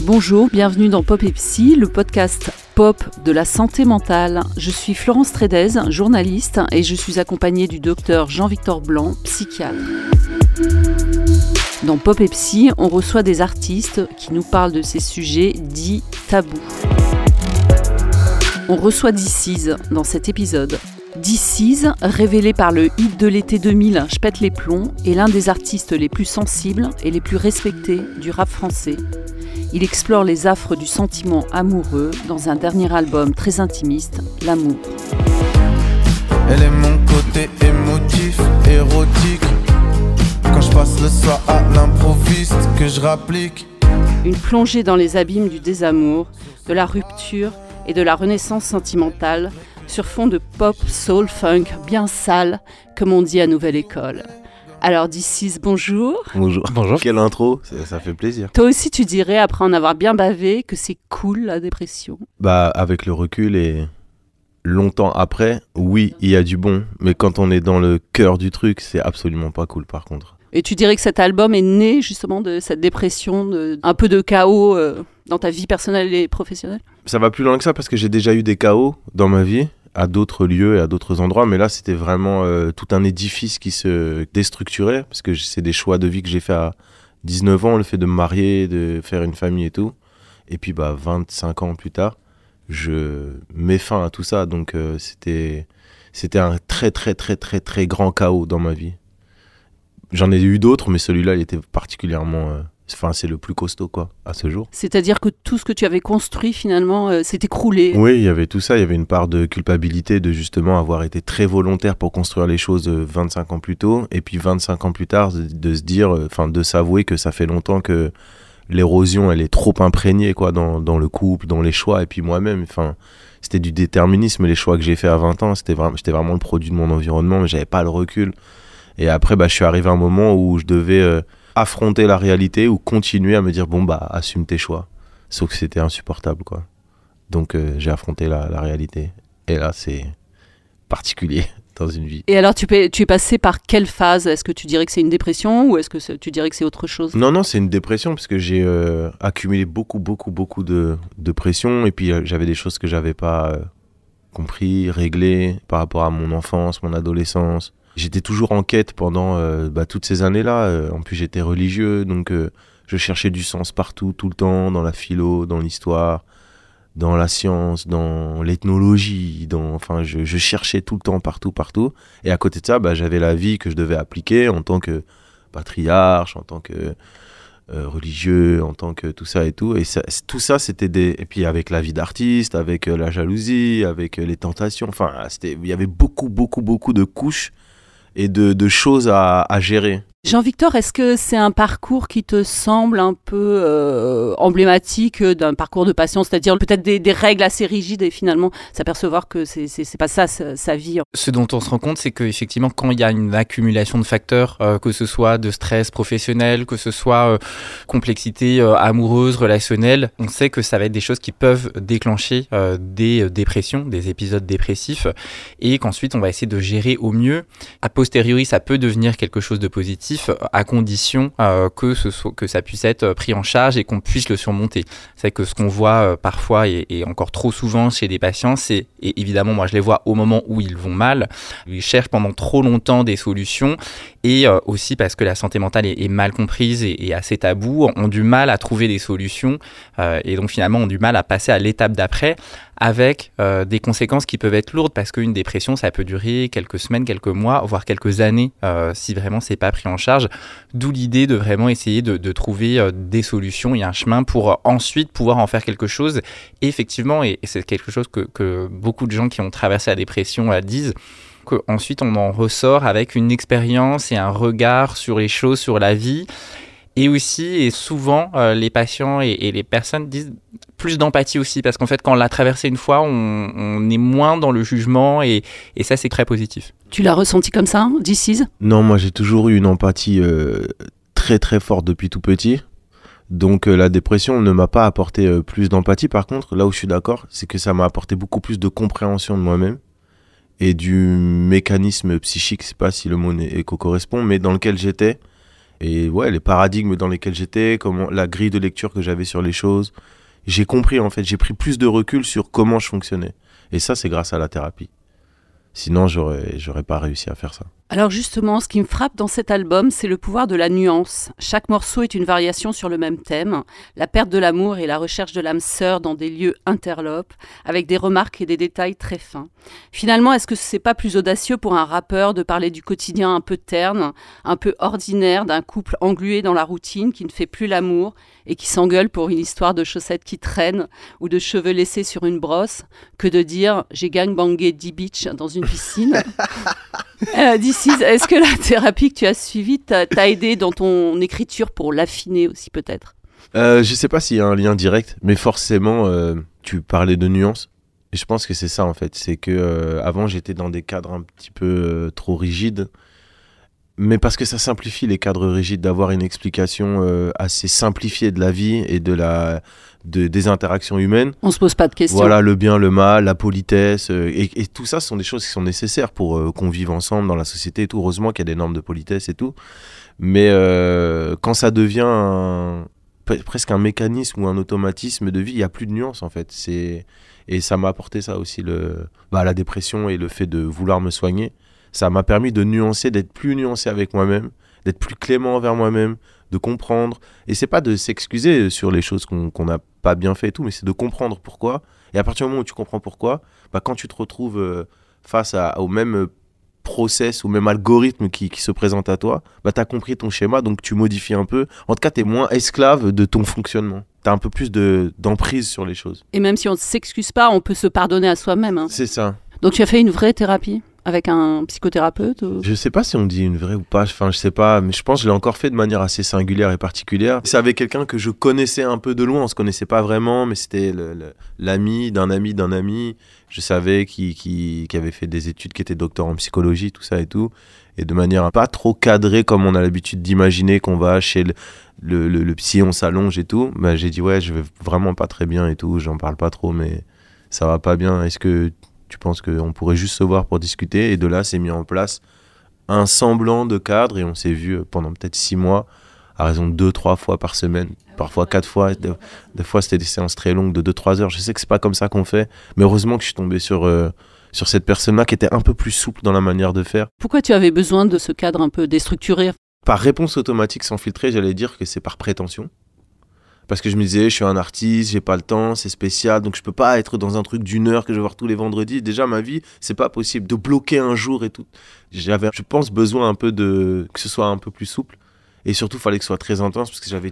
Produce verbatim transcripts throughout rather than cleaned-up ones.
Bonjour, bienvenue dans Pop et Psy, le podcast pop de la santé mentale. Je suis Florence Trédez, journaliste, et je suis accompagnée du docteur Jean-Victor Blanc, psychiatre. Dans Pop et Psy, on reçoit des artistes qui nous parlent de ces sujets dits tabous. On reçoit This Is dans cet épisode. This Is, révélé par le hit de l'été deux mille, Je pète les plombs, est l'un des artistes les plus sensibles et les plus respectés du rap français. Il explore les affres du sentiment amoureux dans un dernier album très intimiste, L'amour. Elle est mon côté émotif, érotique. Quand je passe le soir à l'improviste que je rapplique. Une plongée dans les abîmes du désamour, de la rupture et de la renaissance sentimentale sur fond de pop, soul, funk bien sale, comme on dit à Nouvelle École. Alors This Is, bonjour. Bonjour. Bonjour. Quelle intro, ça, ça fait plaisir. Toi aussi tu dirais, après en avoir bien bavé, que c'est cool la dépression? Bah avec le recul et longtemps après, oui, il y a du bon, mais quand on est dans le cœur du truc, c'est absolument pas cool par contre. Et tu dirais que cet album est né justement de cette dépression, de, un peu de chaos euh, dans ta vie personnelle et professionnelle? Ça va plus loin que ça parce que j'ai déjà eu des chaos dans ma vie, à d'autres lieux et à d'autres endroits, mais là c'était vraiment euh, tout un édifice qui se déstructurait, parce que c'est des choix de vie que j'ai fait à dix-neuf ans, le fait de me marier, de faire une famille et tout, et puis bah vingt-cinq ans plus tard, je mets fin à tout ça, donc euh, c'était, c'était un très très très très très grand chaos dans ma vie. J'en ai eu d'autres, mais celui-là il était particulièrement... Euh, Enfin, c'est le plus costaud, quoi, à ce jour. C'est-à-dire que tout ce que tu avais construit, finalement, euh, s'est écroulé. Oui, il y avait tout ça. Il y avait une part de culpabilité de, justement, avoir été très volontaire pour construire les choses vingt-cinq ans plus tôt. Et puis, vingt-cinq ans plus tard, de, de se dire, enfin, de s'avouer que ça fait longtemps que l'érosion, elle est trop imprégnée, quoi, dans, dans le couple, dans les choix. Et puis, moi-même, enfin, c'était du déterminisme, les choix que j'ai fait à vingt ans. C'était vraiment, j'étais vraiment le produit de mon environnement, mais j'avais pas le recul. Et après, bah, je suis arrivé à un moment où je devais... Euh, affronter la réalité ou continuer à me dire bon bah assume tes choix, sauf que c'était insupportable quoi. Donc euh, j'ai affronté la, la réalité et là c'est particulier dans une vie. Et alors tu, peux, tu es passé par quelle phase? Est-ce que tu dirais que c'est une dépression ou est-ce que c'est, tu dirais que c'est autre chose? Non non c'est une dépression parce que j'ai euh, accumulé beaucoup beaucoup beaucoup de, de pression et puis euh, j'avais des choses que j'avais pas euh, compris, réglées par rapport à mon enfance, mon adolescence. J'étais toujours en quête pendant euh, bah, toutes ces années-là. Euh, en plus, j'étais religieux, donc euh, je cherchais du sens partout, tout le temps, dans la philo, dans l'histoire, dans la science, dans l'ethnologie. Dans... Enfin, je, je cherchais tout le temps, partout, partout. Et à côté de ça, bah, j'avais la vie que je devais appliquer en tant que patriarche, en tant que euh, religieux, en tant que tout ça et tout. Et ça, tout ça, c'était des... Et puis avec la vie d'artiste, avec euh, la jalousie, avec euh, les tentations. Enfin, c'était... il y avait beaucoup, beaucoup, beaucoup de couches et de, de choses à, à gérer. Jean-Victor, est-ce que c'est un parcours qui te semble un peu euh, emblématique d'un parcours de patient, c'est-à-dire peut-être des, des règles assez rigides et finalement s'apercevoir que c'est, c'est, c'est pas ça sa, sa vie? Ce dont on se rend compte, c'est qu'effectivement, quand il y a une accumulation de facteurs, euh, que ce soit de stress professionnel, que ce soit euh, complexité euh, amoureuse, relationnelle, on sait que ça va être des choses qui peuvent déclencher euh, des dépressions, des épisodes dépressifs, et qu'ensuite on va essayer de gérer au mieux. A posteriori, ça peut devenir quelque chose de positif, à condition euh, que, ce soit, que ça puisse être pris en charge et qu'on puisse le surmonter. C'est que ce qu'on voit euh, parfois et, et encore trop souvent chez des patients, c'est, et évidemment moi je les vois au moment où ils vont mal, ils cherchent pendant trop longtemps des solutions et euh, aussi parce que la santé mentale est, est mal comprise et, et assez taboue, ont du mal à trouver des solutions euh, et donc finalement ont du mal à passer à l'étape d'après avec euh, des conséquences qui peuvent être lourdes parce qu'une dépression ça peut durer quelques semaines, quelques mois, voire quelques années euh, si vraiment c'est pas pris en charge, d'où l'idée de vraiment essayer de, de trouver euh, des solutions et un chemin pour euh, ensuite pouvoir en faire quelque chose. Et effectivement, et, et c'est quelque chose que, que beaucoup de gens qui ont traversé la dépression euh, disent, qu'ensuite on en ressort avec une expérience et un regard sur les choses, sur la vie. Et aussi, et souvent, euh, les patients et, et les personnes disent plus d'empathie aussi, parce qu'en fait, quand on l'a traversé une fois, on, on est moins dans le jugement, et, et ça, c'est très positif. Tu l'as ressenti comme ça, This Is? Non, moi, j'ai toujours eu une empathie euh, très, très forte depuis tout petit. Donc, euh, la dépression ne m'a pas apporté euh, plus d'empathie. Par contre, là où je suis d'accord, c'est que ça m'a apporté beaucoup plus de compréhension de moi-même et du mécanisme psychique, je ne sais pas si le mot éco correspond, mais dans lequel j'étais. Et ouais, les paradigmes dans lesquels j'étais, comment, la grille de lecture que j'avais sur les choses. J'ai compris, en fait, j'ai pris plus de recul sur comment je fonctionnais. Et ça, c'est grâce à la thérapie. Sinon, j'aurais, j'aurais pas réussi à faire ça. Alors justement, ce qui me frappe dans cet album, c'est le pouvoir de la nuance. Chaque morceau est une variation sur le même thème, la perte de l'amour et la recherche de l'âme sœur dans des lieux interlopes, avec des remarques et des détails très fins. Finalement, est-ce que c'est pas plus audacieux pour un rappeur de parler du quotidien un peu terne, un peu ordinaire, d'un couple englué dans la routine qui ne fait plus l'amour et qui s'engueule pour une histoire de chaussettes qui traînent ou de cheveux laissés sur une brosse, que de dire « j'ai gangbangé dix bitches dans une piscine ». Euh, This Is, est-ce que la thérapie que tu as suivie t'a, t'a aidé dans ton écriture pour l'affiner aussi peut-être ? euh, Je sais pas s'il y a un lien direct, mais forcément, euh, tu parlais de nuances. Et je pense que c'est ça en fait. C'est que euh, avant j'étais dans des cadres un petit peu euh, trop rigides. Mais parce que ça simplifie les cadres rigides, d'avoir une explication euh, assez simplifiée de la vie et de la, de, des interactions humaines. On se pose pas de questions. Voilà, le bien, le mal, la politesse. Euh, et, et tout ça, ce sont des choses qui sont nécessaires pour euh, qu'on vive ensemble dans la société et tout. Heureusement qu'il y a des normes de politesse et tout. Mais euh, quand ça devient un, presque un mécanisme ou un automatisme de vie, il n'y a plus de nuances en fait. C'est, et ça m'a apporté ça aussi, le, bah, la dépression et le fait de vouloir me soigner. Ça m'a permis de nuancer, d'être plus nuancé avec moi-même, d'être plus clément envers moi-même, de comprendre. Et c'est pas de s'excuser sur les choses qu'on qu'on n'a pas bien fait et tout, mais c'est de comprendre pourquoi. Et à partir du moment où tu comprends pourquoi, bah quand tu te retrouves euh, face à, au même process, au même algorithme qui, qui se présente à toi, bah tu as compris ton schéma, donc tu modifies un peu. En tout cas, tu es moins esclave de ton fonctionnement. Tu as un peu plus de, d'emprise sur les choses. Et même si on ne s'excuse pas, on peut se pardonner à soi-même. Hein. C'est ça. Donc tu as fait une vraie thérapie ? Avec un psychothérapeute ou... Je sais pas si on dit une vraie ou pas, enfin je sais pas, mais je pense que je l'ai encore fait de manière assez singulière et particulière. C'est avec quelqu'un que je connaissais un peu de loin, on se connaissait pas vraiment, mais c'était le, le, l'ami d'un ami d'un ami. Je savais qui, qui, qui avait fait des études, qui était docteur en psychologie, tout ça et tout. Et de manière pas trop cadrée comme on a l'habitude d'imaginer qu'on va chez le, le, le, le psy, on s'allonge et tout. Bah, j'ai dit ouais, je vais vraiment pas très bien et tout, j'en parle pas trop, mais ça va pas bien. Est-ce que tu penses qu'on pourrait juste se voir pour discuter ? Et de là, c'est mis en place un semblant de cadre et on s'est vu pendant peut-être six mois, à raison de deux, trois fois par semaine, parfois quatre fois. Des, des fois, c'était des séances très longues de deux, trois heures. Je sais que c'est pas comme ça qu'on fait, mais heureusement que je suis tombé sur, euh, sur cette personne-là qui était un peu plus souple dans la manière de faire. Pourquoi tu avais besoin de ce cadre un peu déstructuré ? Par réponse automatique sans filtrer, j'allais dire que c'est par prétention. Parce que je me disais, je suis un artiste, j'ai pas le temps, c'est spécial, donc je peux pas être dans un truc d'une heure que je vais voir tous les vendredis. Déjà, ma vie, c'est pas possible de bloquer un jour et tout. J'avais, je pense, besoin un peu de, que ce soit un peu plus souple. Et surtout, il fallait que ce soit très intense parce que j'avais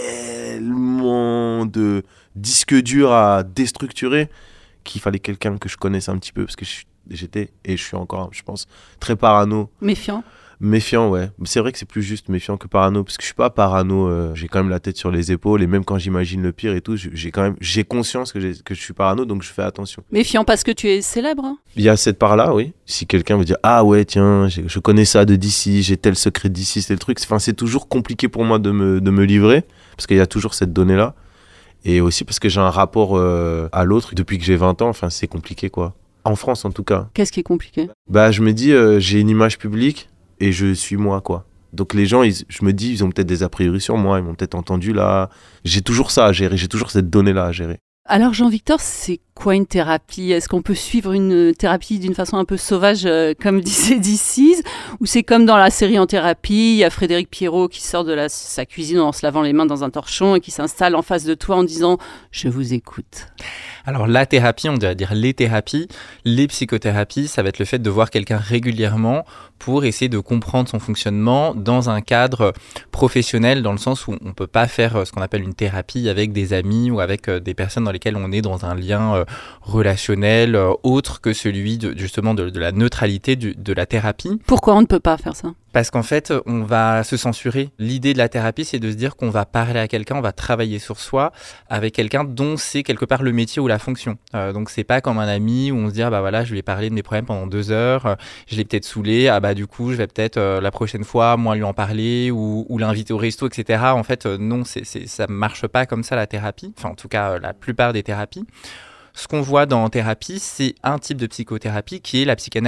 tellement de disques durs à déstructurer qu'il fallait quelqu'un que je connaisse un petit peu parce que je, j'étais, et je suis encore, je pense, très parano. Méfiant. Méfiant, ouais. C'est vrai que c'est plus juste méfiant que parano, parce que je suis pas parano, euh, j'ai quand même la tête sur les épaules, et même quand j'imagine le pire et tout, j'ai quand même, j'ai conscience que, j'ai, que je suis parano, donc je fais attention. Méfiant parce que tu es célèbre, hein ? Il y a cette part-là, oui. Si quelqu'un veut dire, ah ouais, tiens, je connais ça de d'ici, j'ai tel secret d'ici, c'est le truc, enfin, c'est toujours compliqué pour moi de me, de me livrer, parce qu'il y a toujours cette donnée-là, et aussi parce que j'ai un rapport euh, à l'autre depuis que j'ai vingt ans, enfin, c'est compliqué, quoi. En France, en tout cas. Qu'est-ce qui est compliqué ? Bah, je me dis, euh, j'ai une image publique, et je suis moi, quoi. Donc les gens, ils, je me dis, ils ont peut-être des a priori sur moi, ils m'ont peut-être entendu là. J'ai toujours ça à gérer, j'ai toujours cette donnée-là à gérer. Alors Jean-Victor, c'est quoi une thérapie ? Est-ce qu'on peut suivre une thérapie d'une façon un peu sauvage, euh, comme disait This Is ? Ou c'est comme dans la série En thérapie, il y a Frédéric Pierrot qui sort de la, sa cuisine en se lavant les mains dans un torchon et qui s'installe en face de toi en disant « Je vous écoute ». Alors la thérapie, on devrait dire les thérapies, les psychothérapies, ça va être le fait de voir quelqu'un régulièrement pour essayer de comprendre son fonctionnement dans un cadre professionnel, dans le sens où on ne peut pas faire ce qu'on appelle une thérapie avec des amis ou avec des personnes dans lesquelles on est dans un lien relationnel autre que celui de, justement de, de la neutralité du, de la thérapie. Pourquoi on ne peut pas faire ça ? Parce qu'en fait, on va se censurer. L'idée de la thérapie, c'est de se dire qu'on va parler à quelqu'un, on va travailler sur soi avec quelqu'un dont c'est quelque part le métier ou la fonction. Euh, donc, c'est pas comme un ami où on se dit, ah bah voilà, je lui ai parlé de mes problèmes pendant deux heures, euh, je l'ai peut-être saoulé, ah bah du coup, je vais peut-être euh, la prochaine fois, moi, lui en parler ou, ou l'inviter au resto, et cetera. En fait, euh, non, c'est, c'est, ça marche pas comme ça, la thérapie. Enfin, en tout cas, euh, la plupart des thérapies. Ce qu'on voit dans thérapie, c'est un type de psychothérapie qui est la psychanalyse,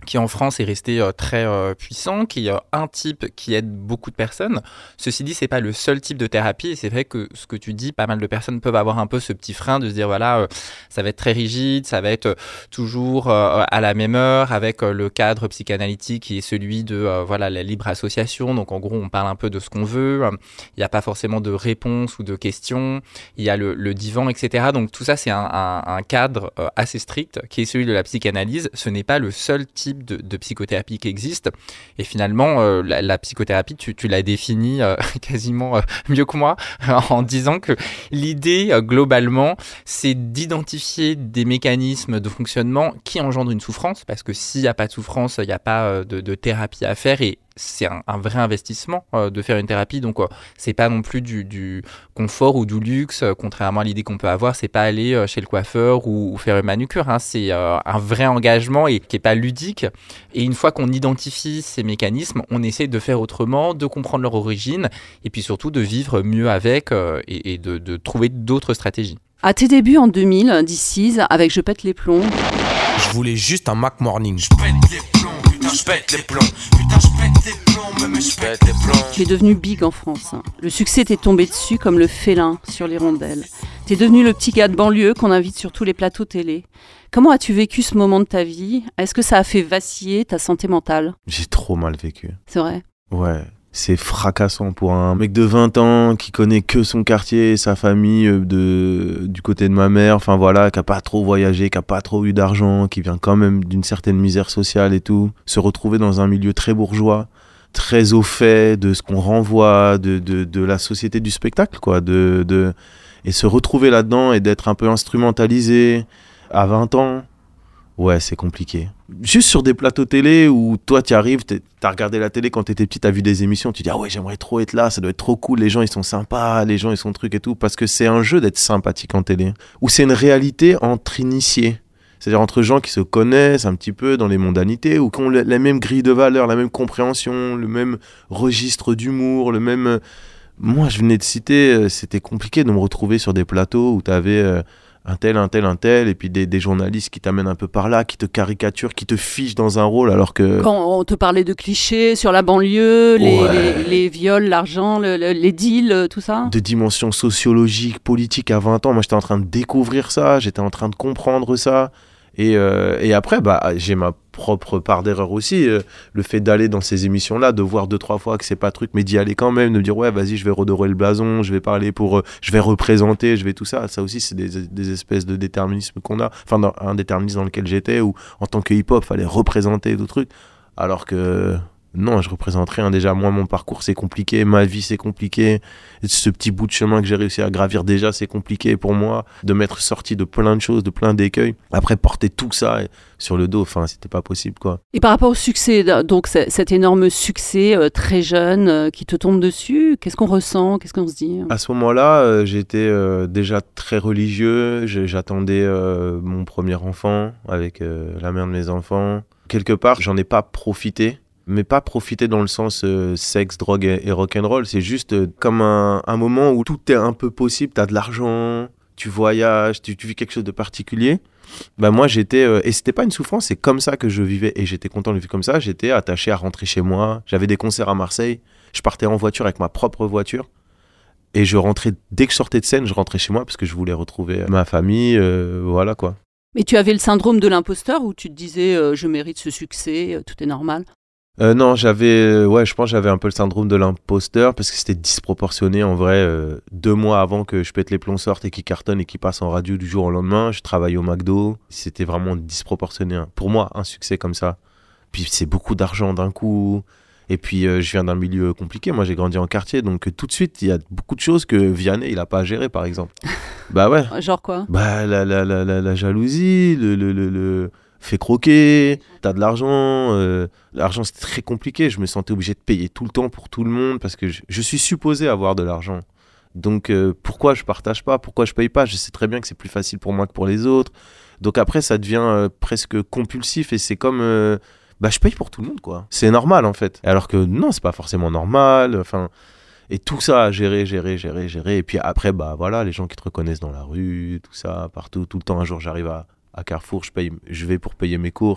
qui en France est resté euh, très euh, puissant, qui est euh, un type qui aide beaucoup de personnes. Ceci dit, c'est pas le seul type de thérapie, et c'est vrai que ce que tu dis, pas mal de personnes peuvent avoir un peu ce petit frein de se dire voilà, euh, ça va être très rigide, ça va être euh, toujours euh, à la même heure, avec euh, le cadre psychanalytique qui est celui de euh, voilà, la libre association. Donc en gros, on parle un peu de ce qu'on veut, il n'y a pas forcément de réponse ou de questions, il y a le, le divan, et cetera. Donc tout ça, c'est un, un, un cadre euh, assez strict qui est celui de la psychanalyse. Ce n'est pas le seul type de, de psychothérapie qui existe. Et finalement, euh, la, la psychothérapie, tu, tu l'as définie euh, quasiment euh, mieux que moi en disant que l'idée, euh, globalement, c'est d'identifier des mécanismes de fonctionnement qui engendrent une souffrance, parce que s'il n'y a pas de souffrance, il n'y a pas euh, de, de thérapie à faire, et c'est un, un vrai investissement euh, de faire une thérapie. Donc, euh, c'est pas non plus du, du confort ou du luxe, euh, contrairement à l'idée qu'on peut avoir. C'est pas aller euh, chez le coiffeur ou, ou faire une manucure. Hein. C'est euh, un vrai engagement et qui est pas ludique. Et une fois qu'on identifie ces mécanismes, on essaie de faire autrement, de comprendre leur origine et puis surtout de vivre mieux avec euh, et, et de, de trouver d'autres stratégies. À tes débuts en deux mille, This avec Je pète les plombs. Je voulais juste un Mac Morning. Je pète les plombs, putain je pète les plombs. Putain je pète les plombs, mais je pète les plombs. Tu es devenu big en France. Le succès t'est tombé dessus comme le félin sur l'hirondelle. T'es devenu le petit gars de banlieue qu'on invite sur tous les plateaux télé. Comment as-tu vécu ce moment de ta vie ? Est-ce que ça a fait vaciller ta santé mentale ? J'ai trop mal vécu. C'est vrai ? Ouais. C'est fracassant pour un mec de vingt ans qui connaît que son quartier, sa famille de, du côté de ma mère, enfin voilà, qui a pas trop voyagé, qui a pas trop eu d'argent, qui vient quand même d'une certaine misère sociale et tout. Se retrouver dans un milieu très bourgeois, très au fait de ce qu'on renvoie, de, de, de la société du spectacle, quoi. De, de... Et se retrouver là-dedans et d'être un peu instrumentalisé à vingt ans. Ouais, c'est compliqué. Juste sur des plateaux télé où toi, tu arrives, t'as regardé la télé quand t'étais petit, t'as vu des émissions, tu dis « Ah ouais, j'aimerais trop être là, ça doit être trop cool, les gens, ils sont sympas, les gens, ils sont trucs et tout. » Parce que c'est un jeu d'être sympathique en télé. Ou c'est une réalité entre initiés. C'est-à-dire entre gens qui se connaissent un petit peu dans les mondanités ou qui ont la même grille de valeurs, la même compréhension, le même registre d'humour, le même... Moi, je venais de citer, c'était compliqué de me retrouver sur des plateaux où t'avais... Euh, un tel, un tel, un tel, et puis des, des journalistes qui t'amènent un peu par là, qui te caricaturent, qui te fichent dans un rôle, alors que... Quand on te parlait de clichés sur la banlieue, les, ouais. les, les viols, l'argent, le, le, les deals, tout ça. De dimension sociologique, politique à vingt ans, moi j'étais en train de découvrir ça, j'étais en train de comprendre ça, et, euh, et après, bah, j'ai ma propre part d'erreur aussi, euh, le fait d'aller dans ces émissions-là, de voir deux, trois fois que c'est pas truc, mais d'y aller quand même, de me dire ouais, vas-y, je vais redorer le blason, je vais parler pour, euh, je vais représenter, je vais tout ça, ça aussi c'est des, des espèces de déterminisme qu'on a, enfin dans, un déterminisme dans lequel j'étais, où en tant que hip-hop, fallait représenter d'autres trucs, alors que non, je représente rien, déjà moi mon parcours c'est compliqué, ma vie c'est compliqué, ce petit bout de chemin que j'ai réussi à gravir déjà c'est compliqué pour moi, de m'être sorti de plein de choses, de plein d'écueils, après porter tout ça sur le dos, enfin c'était pas possible quoi. Et par rapport au succès, donc cet énorme succès euh, très jeune euh, qui te tombe dessus, qu'est-ce qu'on ressent, qu'est-ce qu'on se dit ? À ce moment-là, euh, j'étais euh, déjà très religieux, j'attendais euh, mon premier enfant avec euh, la mère de mes enfants. Quelque part, j'en ai pas profité. Mais pas profiter dans le sens euh, sexe, drogue et, et rock'n'roll. C'est juste euh, comme un, un moment où tout est un peu possible. T'as de l'argent, tu voyages, tu, tu vis quelque chose de particulier. Bah moi, j'étais... Euh, et c'était pas une souffrance, c'est comme ça que je vivais. Et j'étais content de le vivre comme ça. J'étais attaché à rentrer chez moi. J'avais des concerts à Marseille. Je partais en voiture avec ma propre voiture. Et je rentrais... Dès que je sortais de scène, je rentrais chez moi parce que je voulais retrouver ma famille. Euh, voilà, quoi. Mais tu avais le syndrome de l'imposteur où tu te disais euh, « je mérite ce succès, euh, tout est normal ». Euh, non, j'avais, ouais, je pense que j'avais un peu le syndrome de l'imposteur parce que c'était disproportionné en vrai. Euh, deux mois avant que Je pète les plombs sorte et qu'il cartonne et qu'il passe en radio du jour au lendemain, je travaillais au McDo. C'était vraiment disproportionné. Hein. Pour moi, un succès comme ça. Puis c'est beaucoup d'argent d'un coup. Et puis euh, je viens d'un milieu compliqué. Moi, j'ai grandi en quartier, donc euh, tout de suite, il y a beaucoup de choses que Vianney, il a pas à gérer, par exemple. Bah ouais. Genre quoi ? Bah la la la la, la jalousie, le le le. le... fait croquer, t'as de l'argent, euh, l'argent c'était très compliqué, je me sentais obligé de payer tout le temps pour tout le monde parce que je, je suis supposé avoir de l'argent. Donc euh, pourquoi je partage pas, pourquoi je paye pas, je sais très bien que c'est plus facile pour moi que pour les autres. Donc après ça devient euh, presque compulsif et c'est comme, euh, bah je paye pour tout le monde quoi. C'est normal en fait. Alors que non, c'est pas forcément normal, enfin... Et tout ça à gérer, gérer, gérer, gérer. Et puis après, bah voilà, les gens qui te reconnaissent dans la rue, tout ça, partout, tout le temps. Un jour, j'arrive à, à Carrefour, je, paye, je vais pour payer mes courses.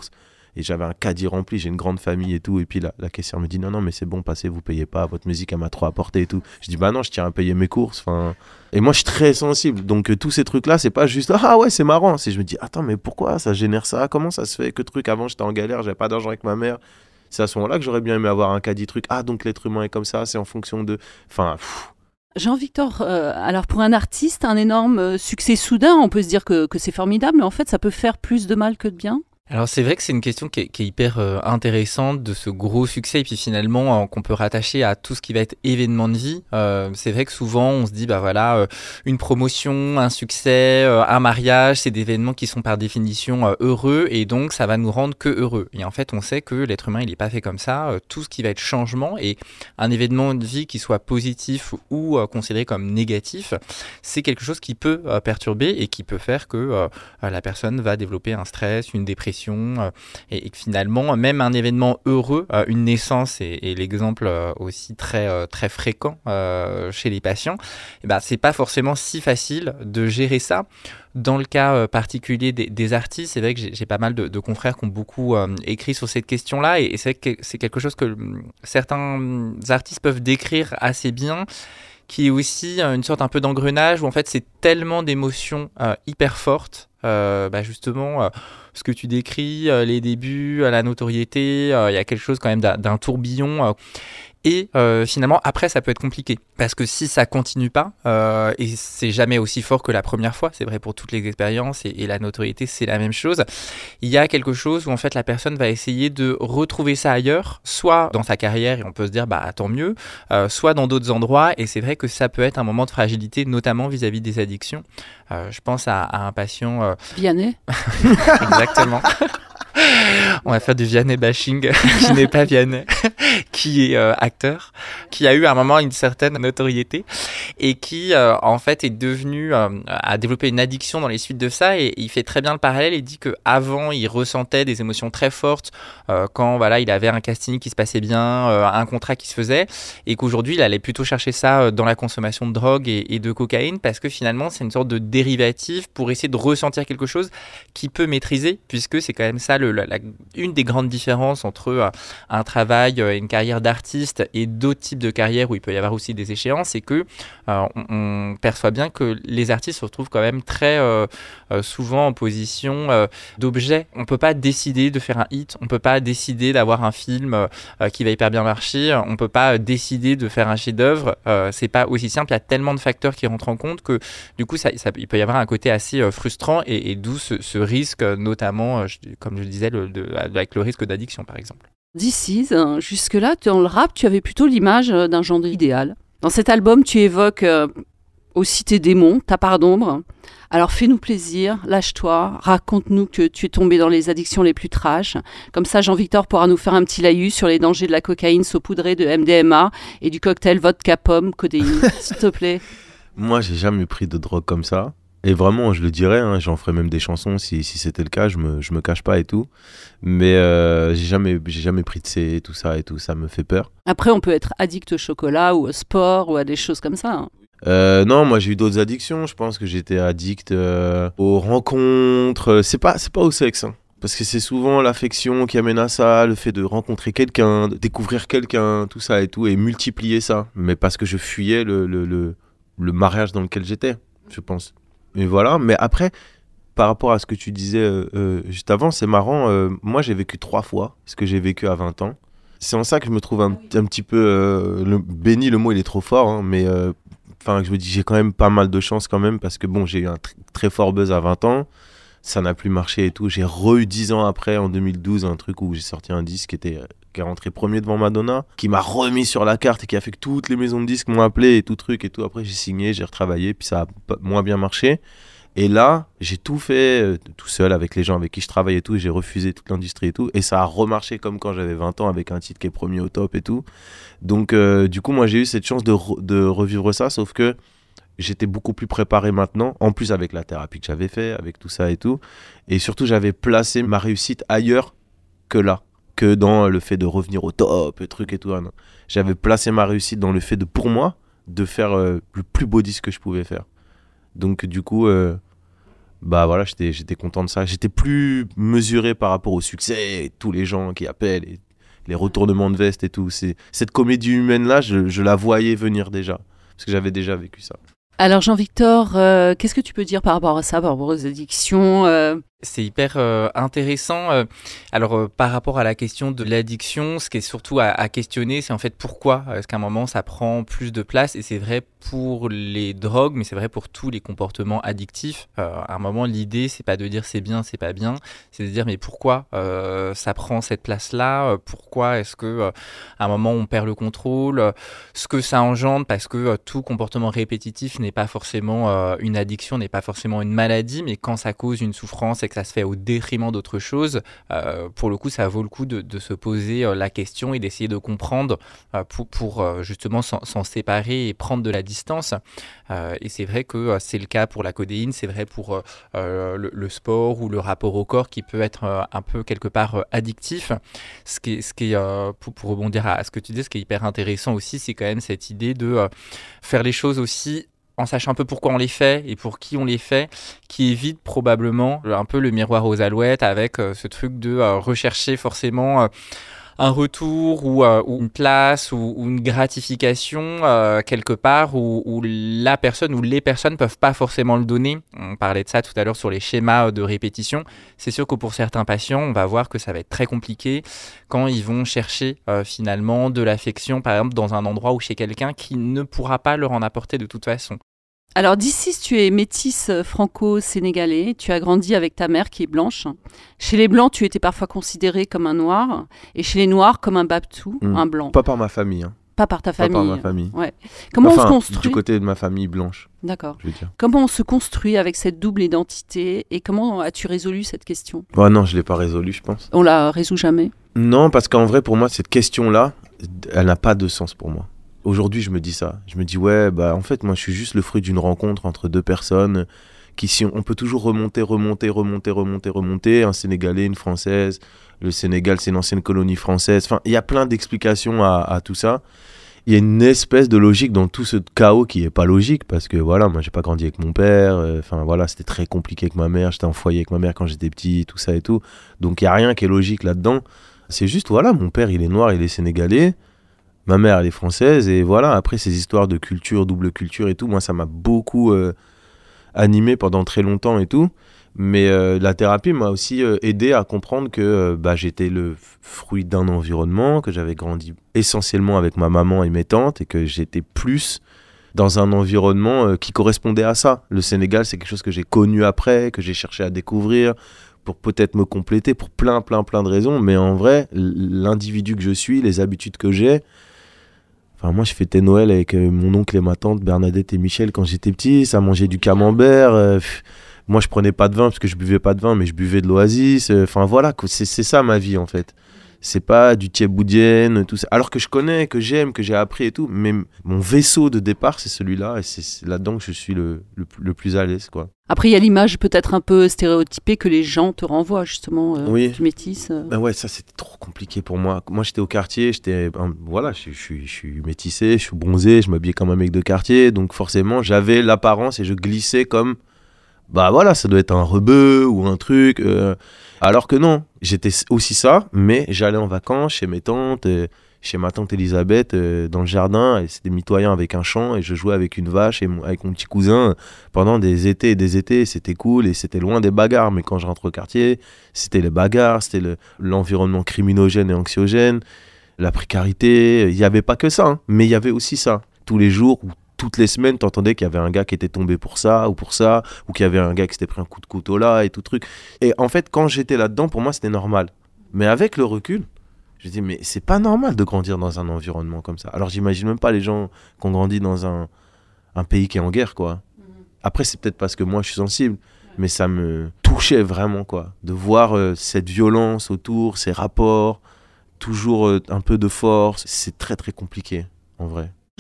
Et j'avais un caddie rempli, j'ai une grande famille et tout. Et puis la, la caissière me dit non, non, mais c'est bon, passez, vous payez pas, votre musique, elle m'a trop apporté et tout. Je dis bah non, je tiens à payer mes courses. Et moi, je suis très sensible. Donc euh, tous ces trucs-là, c'est pas juste ah ouais, c'est marrant. C'est je me dis attends, mais pourquoi ça génère ça? Comment ça se fait que truc avant, j'étais en galère, j'avais pas d'argent avec ma mère. C'est à ce moment-là que j'aurais bien aimé avoir un caddie truc. Ah, donc l'être humain est comme ça, c'est en fonction de. Enfin. Pff. Jean-Victor, euh, alors pour un artiste, un énorme euh, succès soudain, on peut se dire que, que c'est formidable, mais en fait, ça peut faire plus de mal que de bien. Alors c'est vrai que c'est une question qui est, qui est hyper euh, intéressante de ce gros succès et puis finalement euh, qu'on peut rattacher à tout ce qui va être événement de vie. Euh, c'est vrai que souvent on se dit bah voilà euh, une promotion, un succès, euh, un mariage, c'est des événements qui sont par définition euh, heureux et donc ça va nous rendre que heureux. Et en fait on sait que l'être humain il n'est pas fait comme ça. Euh, tout ce qui va être changement et un événement de vie qui soit positif ou euh, considéré comme négatif, c'est quelque chose qui peut euh, perturber et qui peut faire que euh, la personne va développer un stress, une dépression. Et, et que finalement, même un événement heureux, euh, une naissance est, est l'exemple euh, aussi très, euh, très fréquent euh, chez les patients, et ben, c'est pas forcément si facile de gérer ça. Dans le cas euh, particulier des, des artistes, c'est vrai que j'ai, j'ai pas mal de, de confrères qui ont beaucoup euh, écrit sur cette question-là et, et c'est vrai que c'est quelque chose que euh, certains artistes peuvent décrire assez bien, qui est aussi euh, une sorte un peu d'engrenage où en fait c'est tellement d'émotions euh, hyper fortes. Euh, bah justement, euh, ce que tu décris, euh, les débuts, euh, la notoriété, il euh, y a quelque chose quand même d'un, d'un tourbillon. Euh, et euh, finalement, après, ça peut être compliqué. Parce que si ça continue pas, euh, et c'est jamais aussi fort que la première fois, c'est vrai pour toutes les expériences, et, et la notoriété, c'est la même chose, il y a quelque chose où en fait la personne va essayer de retrouver ça ailleurs, soit dans sa carrière, et on peut se dire, bah tant mieux, euh, soit dans d'autres endroits, et c'est vrai que ça peut être un moment de fragilité, notamment vis-à-vis des addictions. Euh, je pense à, à un patient... Euh... Vianney. Exactement. On va faire du Vianney bashing, qui n'est pas Vianney, qui est euh, acteur, qui a eu à un moment une certaine notoriété et qui euh, en fait est devenu, euh, a développé une addiction dans les suites de ça et il fait très bien le parallèle. Il dit qu'avant il ressentait des émotions très fortes euh, quand voilà, il avait un casting qui se passait bien, euh, un contrat qui se faisait et qu'aujourd'hui il allait plutôt chercher ça dans la consommation de drogue et, et de cocaïne parce que finalement c'est une sorte de dérivatif pour essayer de ressentir quelque chose qu'il peut maîtriser puisque c'est quand même ça le, la, la, une des grandes différences entre euh, un travail et euh, une carrière d'artiste et d'autres types de carrières où il peut y avoir aussi des échéances, c'est que euh, on, on perçoit bien que les artistes se retrouvent quand même très euh, euh, souvent en position euh, d'objet. On peut pas décider de faire un hit, on peut pas décider d'avoir un film euh, qui va hyper bien marcher, on peut pas décider de faire un chef-d'œuvre. Euh, c'est pas aussi simple. Il y a tellement de facteurs qui rentrent en compte que du coup, ça, ça, il peut y avoir un côté assez euh, frustrant et, et d'où ce, ce risque, notamment, euh, je, comme je le disais, le, de, avec le risque d'addiction, par exemple. This Is, jusque-là, dans le rap, tu avais plutôt l'image d'un genre idéal. Dans cet album, tu évoques euh, aussi tes démons, ta part d'ombre. Alors fais-nous plaisir, lâche-toi, raconte-nous que tu es tombé dans les addictions les plus trash. Comme ça, Jean-Victor pourra nous faire un petit laïus sur les dangers de la cocaïne saupoudrée de M D M A et du cocktail vodka pomme codéine. S'il te plaît. Moi, j'ai jamais pris de drogue comme ça. Et vraiment, je le dirais, hein, j'en ferais même des chansons si, si c'était le cas, je me, je me cache pas et tout. Mais euh, j'ai jamais, j'ai jamais pris de C et tout ça et tout, ça me fait peur. Après, on peut être addict au chocolat ou au sport ou à des choses comme ça. Hein. Euh, non, moi j'ai eu d'autres addictions. Je pense que j'étais addict euh, aux rencontres. C'est pas, c'est pas au sexe. Hein. Parce que c'est souvent l'affection qui amène à ça, le fait de rencontrer quelqu'un, de découvrir quelqu'un, tout ça et tout, et multiplier ça. Mais parce que je fuyais le, le, le, le mariage dans lequel j'étais, je pense. Mais voilà, mais après, par rapport à ce que tu disais euh, euh, juste avant, c'est marrant, euh, moi j'ai vécu trois fois ce que j'ai vécu à vingt ans. C'est en ça que je me trouve un, un petit peu euh, le, béni, le mot il est trop fort, hein, mais enfin euh, je me dis j'ai quand même pas mal de chance quand même, parce que bon, j'ai eu un tr- très fort buzz à vingt ans, ça n'a plus marché et tout. J'ai re-eu dix ans après, en deux mille douze, un truc où j'ai sorti un disque qui était... qui est rentré premier devant Madonna, qui m'a remis sur la carte et qui a fait que toutes les maisons de disques m'ont appelé et tout truc et tout. Après, j'ai signé, j'ai retravaillé, puis ça a moins bien marché. Et là, j'ai tout fait euh, tout seul avec les gens avec qui je travaille et tout. Et j'ai refusé toute l'industrie et tout. Et ça a remarché comme quand j'avais vingt ans avec un titre qui est premier au top et tout. Donc, euh, du coup, moi, j'ai eu cette chance de, re- de revivre ça, sauf que j'étais beaucoup plus préparé maintenant, en plus avec la thérapie que j'avais fait, avec tout ça et tout. Et surtout, j'avais placé ma réussite ailleurs que là. Que dans le fait de revenir au top, le truc et tout. Non. J'avais placé ma réussite dans le fait de, pour moi, de faire euh, le plus beau disque que je pouvais faire. Donc du coup, euh, bah voilà, j'étais, j'étais content de ça. J'étais plus mesuré par rapport au succès, et tous les gens qui appellent, et les retournements de veste et tout. C'est, cette comédie humaine-là, je, je la voyais venir déjà, parce que j'avais déjà vécu ça. Alors Jean-Victor, euh, qu'est-ce que tu peux dire par rapport à ça, par rapport aux addictions euh... C'est hyper euh, intéressant. Euh, alors, euh, par rapport à la question de l'addiction, ce qui est surtout à, à questionner, c'est en fait pourquoi est-ce qu'à un moment ça prend plus de place. Et c'est vrai pour les drogues, mais c'est vrai pour tous les comportements addictifs. Euh, à un moment, l'idée, c'est pas de dire c'est bien, c'est pas bien, c'est de dire mais pourquoi euh, ça prend cette place-là. Pourquoi est-ce que euh, à un moment on perd le contrôle, euh, ce que ça engendre, parce que euh, tout comportement répétitif n'est pas forcément euh, une addiction, n'est pas forcément une maladie, mais quand ça cause une souffrance et que ça se fait au détriment d'autres choses, euh, pour le coup, ça vaut le coup de, de se poser euh, la question et d'essayer de comprendre euh, pour, pour euh, justement s'en, s'en séparer et prendre de la distance. Euh, et c'est vrai que euh, c'est le cas pour la codéine, c'est vrai pour euh, euh, le, le sport ou le rapport au corps qui peut être euh, un peu quelque part euh, addictif. Ce qui est, ce qui est euh, pour, pour rebondir à, à ce que tu dis, ce qui est hyper intéressant aussi, c'est quand même cette idée de euh, faire les choses aussi en sachant un peu pourquoi on les fait et pour qui on les fait, qui évite probablement un peu le miroir aux alouettes avec euh, ce truc de euh, rechercher forcément euh, un retour ou, euh, ou une place ou, ou une gratification euh, quelque part où, où la personne ou les personnes ne peuvent pas forcément le donner. On parlait de ça tout à l'heure sur les schémas de répétition. C'est sûr que pour certains patients, on va voir que ça va être très compliqué quand ils vont chercher euh, finalement de l'affection, par exemple, dans un endroit ou chez quelqu'un qui ne pourra pas leur en apporter de toute façon. Alors d'ici, tu es métisse franco-sénégalais, tu as grandi avec ta mère qui est blanche. Chez les blancs, tu étais parfois considéré comme un noir, et chez les noirs comme un babtou, mmh. un blanc. Pas par ma famille. Hein. Pas par ta famille. Pas par ma famille. Ouais. Comment enfin, on se construit ? Du côté de ma famille blanche. D'accord. Je veux dire. Comment on se construit avec cette double identité et comment as-tu résolu cette question ? Ouais, non, je l'ai pas résolu, je pense. On la résout jamais ? Non, parce qu'en vrai, pour moi, cette question-là, elle n'a pas de sens pour moi. Aujourd'hui, je me dis ça. Je me dis, ouais, bah, en fait, moi, je suis juste le fruit d'une rencontre entre deux personnes qui, si on, on peut toujours remonter, remonter, remonter, remonter, remonter. Un Sénégalais, une Française. Le Sénégal, c'est une ancienne colonie française. Enfin, il y a plein d'explications à, à tout ça. Il y a une espèce de logique dans tout ce chaos qui n'est pas logique parce que, voilà, moi, j'ai pas grandi avec mon père. Enfin, euh, voilà, c'était très compliqué avec ma mère. J'étais en foyer avec ma mère quand j'étais petit, tout ça et tout. Donc, il n'y a rien qui est logique là-dedans. C'est juste, voilà, mon père, il est noir, il est sénégalais. Ma mère, elle est française, et voilà, après ces histoires de culture, double culture et tout, moi, ça m'a beaucoup euh, animé pendant très longtemps et tout. Mais euh, la thérapie m'a aussi euh, aidé à comprendre que euh, bah, j'étais le fruit d'un environnement, que j'avais grandi essentiellement avec ma maman et mes tantes, et que j'étais plus dans un environnement euh, qui correspondait à ça. Le Sénégal, c'est quelque chose que j'ai connu après, que j'ai cherché à découvrir, pour peut-être me compléter, pour plein, plein, plein de raisons. Mais en vrai, l'individu que je suis, les habitudes que j'ai, enfin, moi, je fêtais Noël avec euh, mon oncle et ma tante, Bernadette et Michel, quand j'étais petit. Ça mangeait du camembert. Euh, pff, moi, je prenais pas de vin parce que je buvais pas de vin, mais je buvais de l'oasis. Enfin, euh, voilà, c'est, c'est ça ma vie, en fait. C'est pas du thieboudienne, tout ça. Alors que je connais, que j'aime, que j'ai appris et tout. Mais mon vaisseau de départ, c'est celui-là. Et c'est, c'est là-dedans que je suis le, le, le plus à l'aise, quoi. Après, il y a l'image peut-être un peu stéréotypée que les gens te renvoient, justement, euh, oui. du métis. Euh. Ben ouais, ça, c'était trop compliqué pour moi. Moi, j'étais au quartier, j'étais... Ben, voilà, je, je, je, je suis métissé, je suis bronzé, je m'habillais comme un mec de quartier. Donc, forcément, j'avais l'apparence et je glissais comme... Bah voilà, ça doit être un rebeu ou un truc... Euh... Alors que non, j'étais aussi ça, mais j'allais en vacances chez mes tantes, euh, chez ma tante Elisabeth, euh, dans le jardin, et c'était mitoyen avec un champ, et je jouais avec une vache et mon, avec mon petit cousin pendant des étés et des étés, c'était cool, et c'était loin des bagarres, mais quand je rentre au quartier, c'était les bagarres, c'était le, l'environnement criminogène et anxiogène, la précarité, il n'y avait pas que ça, hein, mais il y avait aussi ça, tous les jours où toutes les semaines, t'entendais qu'il y avait un gars qui était tombé pour ça ou pour ça, ou qu'il y avait un gars qui s'était pris un coup de couteau là et tout truc. Et en fait, quand j'étais là-dedans, pour moi, c'était normal. Mais avec le recul, je me dis, mais c'est pas normal de grandir dans un environnement comme ça. Alors, j'imagine même pas les gens qui ont grandi dans un, un pays qui est en guerre, quoi. Après, c'est peut-être parce que moi, je suis sensible, mais ça me touchait vraiment, quoi. De voir euh, cette violence autour, ces rapports, toujours euh, un peu de force. C'est très, très compliqué, en vrai.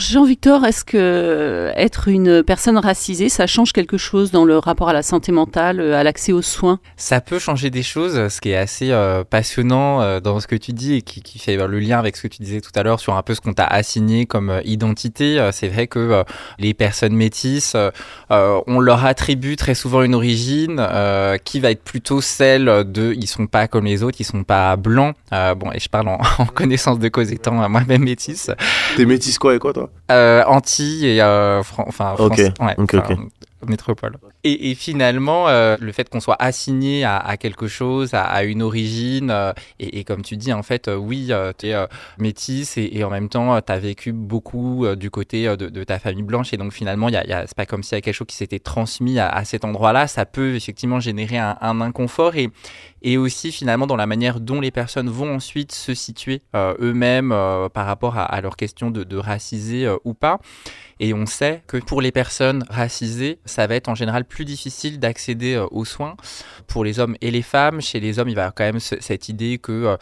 Jean-Victor, est-ce que être une personne racisée, ça change quelque chose dans le rapport à la santé mentale, à l'accès aux soins ? Ça peut changer des choses, ce qui est assez euh, passionnant euh, dans ce que tu dis et qui, qui fait euh, le lien avec ce que tu disais tout à l'heure sur un peu ce qu'on t'a assigné comme euh, identité. Euh, c'est vrai que euh, les personnes métisses, euh, euh, on leur attribue très souvent une origine euh, qui va être plutôt celle de ils sont pas comme les autres, ils sont pas blancs. Euh, bon, et je parle en, en connaissance de cause étant euh, moi-même métisse. T'es métisse quoi et quoi toi ? Euh, Antilles et euh, Fran- enfin France, Ok, ouais, ok, enfin, ok. métropole. Et, et finalement, euh, le fait qu'on soit assigné à, à quelque chose, à, à une origine, euh, et, et comme tu dis, en fait, euh, oui, euh, tu es euh, métisse et, et en même temps, tu as vécu beaucoup euh, du côté euh, de, de ta famille blanche. Et donc finalement, y a, y a, c'est pas comme s'il y a quelque chose qui s'était transmis à, à cet endroit-là. Ça peut effectivement générer un, un inconfort et, et aussi finalement dans la manière dont les personnes vont ensuite se situer euh, eux-mêmes euh, par rapport à, à leur question de, de racisé euh, ou pas. Et on sait que pour les personnes racisées, ça va être en général plus difficile d'accéder euh, aux soins. Pour les hommes et les femmes, chez les hommes, il va y avoir quand même ce, cette idée que euh,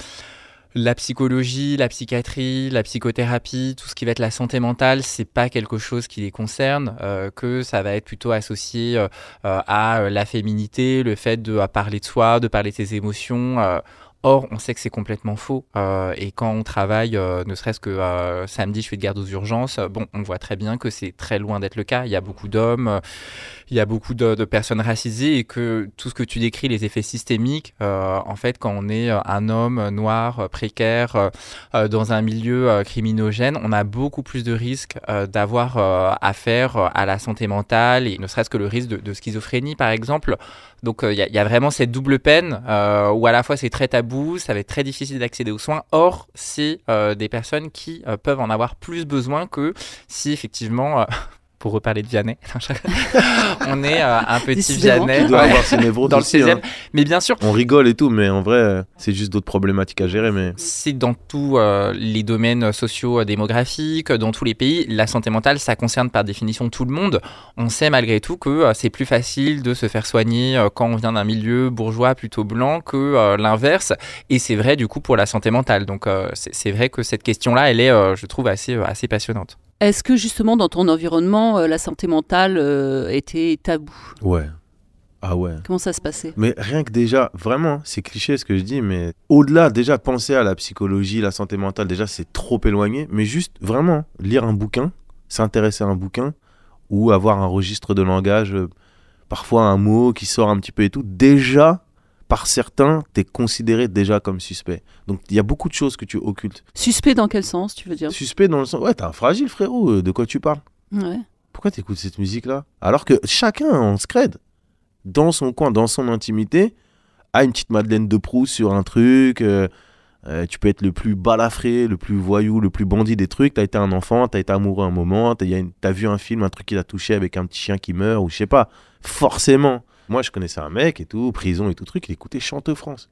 la psychologie, la psychiatrie, la psychothérapie, tout ce qui va être la santé mentale, c'est pas quelque chose qui les concerne, euh, que ça va être plutôt associé euh, à la féminité, le fait de parler de soi, de parler de ses émotions. Euh, Or, on sait que c'est complètement faux. Euh, et quand on travaille, euh, ne serait-ce que euh, samedi, je fais de garde aux urgences, euh, bon, on voit très bien que c'est très loin d'être le cas. Il y a beaucoup d'hommes, euh, il y a beaucoup de, de personnes racisées et que tout ce que tu décris, les effets systémiques, euh, en fait, quand on est un homme noir, euh, précaire, euh, euh, dans un milieu euh, criminogène, on a beaucoup plus de risques euh, d'avoir euh, affaire à la santé mentale et ne serait-ce que le risque de, de schizophrénie, par exemple. Donc, il euh, y, y a vraiment cette double peine euh, où à la fois c'est très tabou, ça va être très difficile d'accéder aux soins. Or, c'est euh, des personnes qui euh, peuvent en avoir plus besoin que si effectivement... Euh, pour reparler de Vianney, on est euh, un petit Vianney qui doit avoir ses névroses dans le aussi, seizième. hein. Mais bien sûr, on rigole et tout, mais en vrai, c'est juste d'autres problématiques à gérer. Mais c'est dans tous euh, les domaines socio-démographiques, dans tous les pays. La santé mentale, ça concerne par définition tout le monde. On sait malgré tout que euh, c'est plus facile de se faire soigner euh, quand on vient d'un milieu bourgeois plutôt blanc que euh, l'inverse. Et c'est vrai du coup pour la santé mentale. Donc euh, c'est, c'est vrai que cette question-là, elle est, euh, je trouve, assez, euh, assez passionnante. Est-ce que justement dans ton environnement, euh, la santé mentale euh, était tabou ? ouais. Ah ouais. Comment ça se passait ? Mais rien que déjà, vraiment, c'est cliché ce que je dis, mais au-delà, déjà, penser à la psychologie, la santé mentale, déjà, c'est trop éloigné. Mais juste, vraiment, lire un bouquin, s'intéresser à un bouquin, ou avoir un registre de langage, euh, parfois un mot qui sort un petit peu et tout, déjà, par certains, t'es considéré déjà comme suspect. Donc, il y a beaucoup de choses que tu occultes. Suspect dans quel sens, tu veux dire ? Suspect dans le sens, ouais, t'es un fragile, frérot, euh, de quoi tu parles ? Ouais. Pourquoi t'écoutes cette musique-là ? Alors que chacun en scred, dans son coin, dans son intimité, a une petite Madeleine de Proust sur un truc. Euh, euh, tu peux être le plus balafré, le plus voyou, le plus bandit des trucs. T'as été un enfant, t'as été amoureux un moment, t'as, une, t'as vu un film, un truc qui t'a touché avec un petit chien qui meurt, ou je sais pas. Forcément. Moi, je connaissais un mec et tout, prison et tout truc, il écoutait Chante France.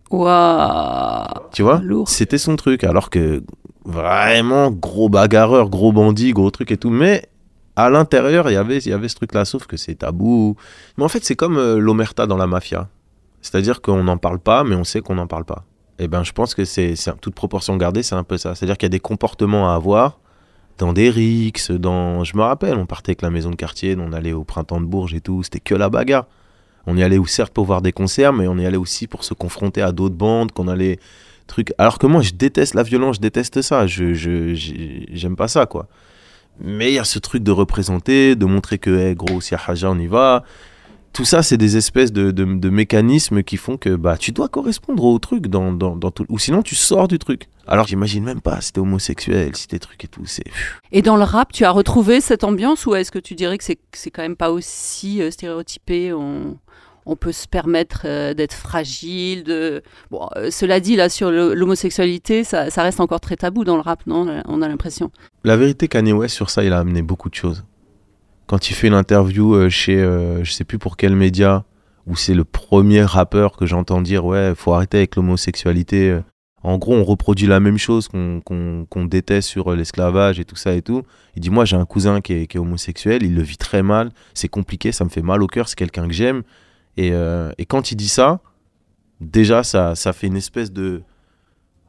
Waouh. Tu vois ? Lourd. C'était son truc. Alors que vraiment, gros bagarreur, gros bandit, gros truc et tout. Mais à l'intérieur, il y avait, il y avait ce truc-là, sauf que c'est tabou. Mais en fait, c'est comme euh, l'omerta dans la mafia. C'est-à-dire qu'on n'en parle pas, mais on sait qu'on n'en parle pas. Et ben, je pense que c'est, c'est toute proportion gardée, c'est un peu ça. C'est-à-dire qu'il y a des comportements à avoir dans des rixes, dans... Je me rappelle, on partait avec la maison de quartier, on allait au printemps de Bourges et tout, c'était que la bagarre. On y allait certes pour voir des concerts, mais on y allait aussi pour se confronter à d'autres bandes, qu'on allait... Truc... Alors que moi, je déteste la violence, je déteste ça, je, je, j'aime pas ça, quoi. Mais il y a ce truc de représenter, de montrer que, hey, gros, si y a haja, on y va. Tout ça, c'est des espèces de, de, de mécanismes qui font que bah, tu dois correspondre au truc, dans, dans, dans tout... ou sinon tu sors du truc. Alors j'imagine même pas si t'es homosexuel, si t'es truc et tout. C'est... Et dans le rap, tu as retrouvé cette ambiance ou est-ce que tu dirais que c'est, c'est quand même pas aussi euh, stéréotypé ? on... On peut se permettre euh, d'être fragile. De... Bon, euh, cela dit, là, sur le, l'homosexualité, ça, ça reste encore très tabou dans le rap, non ? On a l'impression. La vérité, Kanye West, sur ça, il a amené beaucoup de choses. Quand il fait une interview euh, chez, euh, je sais plus pour quel média, où c'est le premier rappeur que j'entends dire « Ouais, faut arrêter avec l'homosexualité. » En gros, on reproduit la même chose qu'on, qu'on, qu'on déteste sur l'esclavage et tout ça et tout. Il dit « Moi, j'ai un cousin qui est, qui est homosexuel, il le vit très mal, c'est compliqué, ça me fait mal au cœur, c'est quelqu'un que j'aime. » Et, euh, et quand il dit ça, déjà, ça, ça fait une espèce de,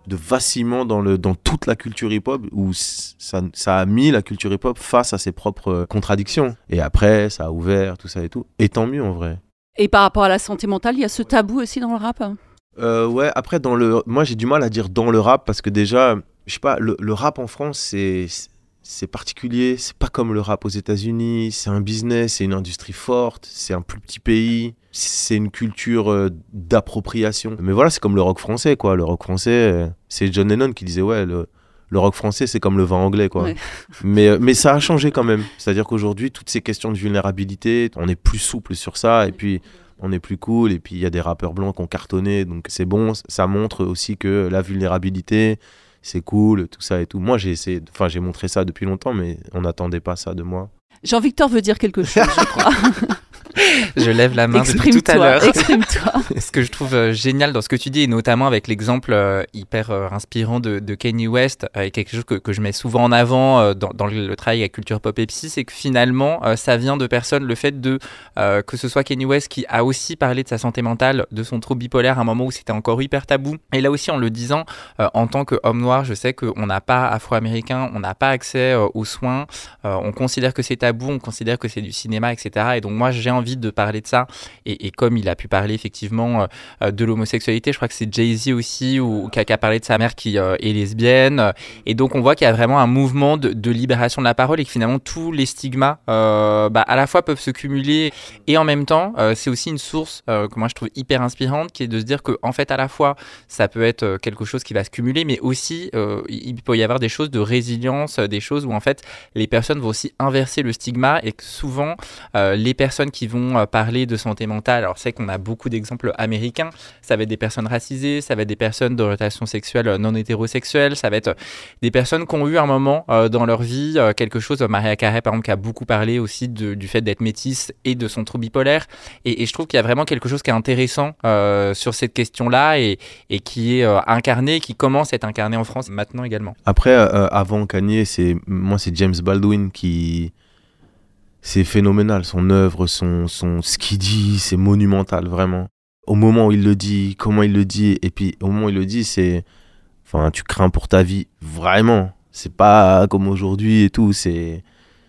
de vacillement dans, le, dans toute la culture hip-hop où ça, ça a mis la culture hip-hop face à ses propres contradictions. Et après, ça a ouvert, tout ça et tout. Et tant mieux en vrai. Et par rapport à la santé mentale, il y a ce tabou aussi dans le rap? euh, Ouais, après, dans le... moi j'ai du mal à dire dans le rap parce que déjà, je sais pas, le, le rap en France, c'est, c'est particulier. C'est pas comme le rap aux États-Unis. C'est un business, c'est une industrie forte, c'est un plus petit pays. C'est une culture euh, d'appropriation. Mais voilà, c'est comme le rock français, quoi. Le rock français, euh, c'est John Lennon qui disait, ouais, le, le rock français, c'est comme le vin anglais, quoi. Ouais. Mais, euh, mais ça a changé quand même. C'est-à-dire qu'aujourd'hui, toutes ces questions de vulnérabilité, on est plus souple sur ça, et puis on est plus cool, et puis il y a des rappeurs blancs qui ont cartonné, donc c'est bon. Ça montre aussi que la vulnérabilité, c'est cool, tout ça et tout. Moi, j'ai essayé, enfin, j'ai montré ça depuis longtemps, mais on n'attendait pas ça de moi. Jean-Victor veut dire quelque chose, je crois. Je lève la main depuis tout à l'heure. Exprime-toi. Ce que je trouve euh, génial dans ce que tu dis, et notamment avec l'exemple euh, hyper euh, inspirant de, de Kanye West, euh, et quelque chose que, que je mets souvent en avant euh, dans, dans le, le travail avec Culture Pop et Psy, c'est que finalement, euh, ça vient de personnes, le fait de euh, que ce soit Kanye West qui a aussi parlé de sa santé mentale, de son trouble bipolaire à un moment où c'était encore hyper tabou. Et là aussi, en le disant, euh, en tant qu'homme noir, je sais qu'on n'a pas afro-américain, on n'a pas accès euh, aux soins, euh, on considère que c'est tabou, on considère que c'est du cinéma, et cetera. Et donc moi, j'ai envie de parler de ça, et, et comme il a pu parler effectivement euh, de l'homosexualité, je crois que c'est Jay-Z aussi ou, qui, a, qui a parlé de sa mère qui euh, est lesbienne, et donc on voit qu'il y a vraiment un mouvement de, de libération de la parole, et que finalement tous les stigmas euh, bah, à la fois peuvent se cumuler, et en même temps euh, c'est aussi une source euh, que moi je trouve hyper inspirante, qui est de se dire que en fait à la fois ça peut être quelque chose qui va se cumuler, mais aussi euh, il peut y avoir des choses de résilience, des choses où en fait les personnes vont aussi inverser le stigma, et que souvent euh, les personnes qui vont euh, parler de santé mentale, alors c'est qu'on a beaucoup d'exemples américains, ça va être des personnes racisées, ça va être des personnes d'orientation sexuelle non hétérosexuelle, ça va être des personnes qui ont eu un moment euh, dans leur vie euh, quelque chose, Mariah Carey par exemple qui a beaucoup parlé aussi de, du fait d'être métisse et de son trouble bipolaire, et, et je trouve qu'il y a vraiment quelque chose qui est intéressant euh, sur cette question-là, et, et qui est euh, incarné, qui commence à être incarné en France maintenant également. Après, euh, avant Kanye, c'est, moi c'est James Baldwin qui... C'est phénoménal, son œuvre, son, son, ce qu'il dit, c'est monumental, vraiment. Au moment où il le dit, comment il le dit, et puis au moment où il le dit, c'est... Enfin, tu crains pour ta vie, vraiment. C'est pas comme aujourd'hui et tout, c'est...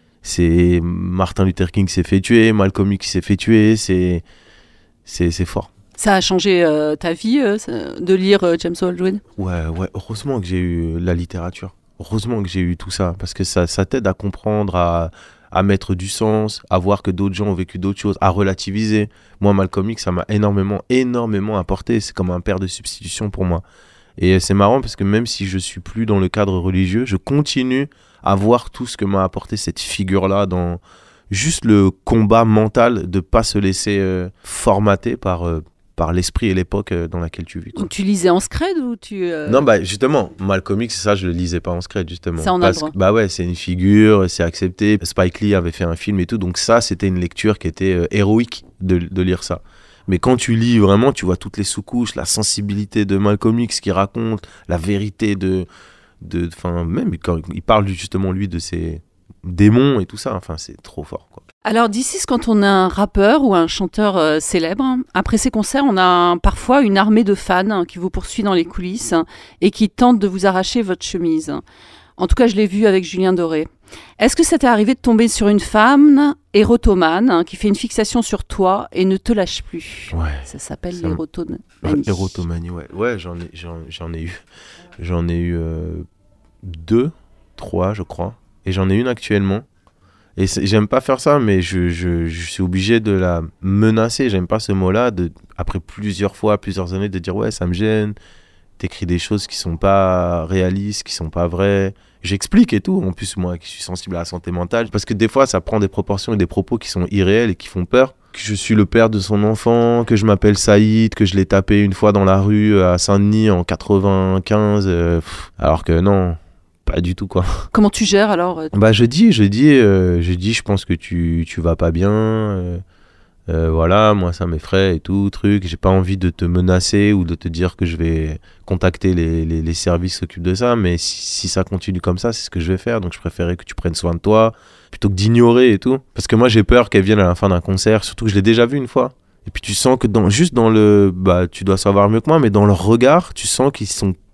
C'est Martin Luther King s'est fait tuer, Malcolm X s'est fait tuer, c'est... C'est, c'est fort. Ça a changé euh, ta vie euh, de lire euh, James Baldwin? Ouais, ouais, heureusement que j'ai eu la littérature. Heureusement que j'ai eu tout ça, parce que ça, ça t'aide à comprendre, à... à mettre du sens, à voir que d'autres gens ont vécu d'autres choses, à relativiser. Moi, Malcolm X, ça m'a énormément, énormément apporté. C'est comme un père de substitution pour moi. Et c'est marrant parce que même si je suis plus dans le cadre religieux, je continue à voir tout ce que m'a apporté cette figure-là dans juste le combat mental de ne pas se laisser euh, formater par... Euh, par l'esprit et l'époque dans laquelle tu vis. Quoi. Donc tu lisais en scred ou tu... Euh... Non, bah justement, Malcolm X, ça, je le lisais pas en scred, justement. C'est en parce œuvre. que, bah ouais, c'est une figure, c'est accepté. Spike Lee avait fait un film et tout, donc ça, c'était une lecture qui était euh, héroïque de, de lire ça. Mais quand tu lis vraiment, tu vois toutes les sous-couches, la sensibilité de Malcolm X qui raconte, la vérité de... de enfin, même quand il parle justement, lui, de ses démons et tout ça, enfin, c'est trop fort, quoi. Alors d'ici, quand on a un rappeur ou un chanteur euh, célèbre, après ses concerts, on a parfois une armée de fans hein, qui vous poursuit dans les coulisses hein, et qui tente de vous arracher votre chemise. En tout cas, je l'ai vu avec Julien Doré. Est-ce que ça t'est arrivé de tomber sur une femme érotomane hein, qui fait une fixation sur toi et ne te lâche plus? Ouais. Ça s'appelle ça l'érotomanie. M... Érotomanie, ouais. Ouais, j'en ai, j'en, j'en ai eu, j'en ai eu euh, deux, trois, je crois. Et j'en ai une actuellement. Et j'aime pas faire ça, mais je, je, je suis obligé de la menacer. J'aime pas ce mot-là. De, après plusieurs fois, plusieurs années, de dire ouais, ça me gêne. T'écris des choses qui sont pas réalistes, qui sont pas vraies. J'explique et tout. En plus, moi qui suis sensible à la santé mentale, parce que des fois, ça prend des proportions et des propos qui sont irréels et qui font peur. Que je suis le père de son enfant, que je m'appelle Saïd, que je l'ai tapé une fois dans la rue à Saint-Denis en quatre-vingt-quinze. Euh, pff, alors que non. Pas du tout, quoi. Comment tu gères alors? Bah je dis, je dis, euh, je dis, je pense que tu, tu vas pas bien. Euh, euh, voilà, moi ça m'effraie et tout, truc. J'ai pas envie de te menacer ou de te dire que je vais contacter les, les, les services qui s'occupent de ça. Mais si, si ça continue comme ça, c'est ce que je vais faire. Donc je préférais que tu prennes soin de toi plutôt que d'ignorer et tout. Parce que moi j'ai peur qu'elle vienne à la fin d'un concert, surtout que je l'ai déjà vu une fois. Et puis tu sens que dans, juste dans le, bah tu dois savoir mieux que moi, mais dans leur regard, tu sens qu'ils sont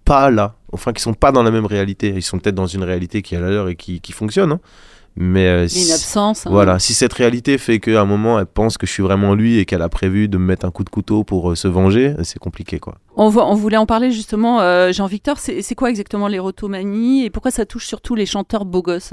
pas là, enfin qui sont pas dans la même réalité. Ils sont peut-être dans une réalité qui est la leur et qui, qui fonctionne, hein. Mais euh, il y a une absence. Hein. Voilà, si cette réalité fait qu'à un moment elle pense que je suis vraiment lui et qu'elle a prévu de me mettre un coup de couteau pour euh, se venger, c'est compliqué quoi. On, va, on voulait en parler justement, euh, Jean-Victor, c'est, c'est quoi exactement l'érotomanie et pourquoi ça touche surtout les chanteurs beaux gosses?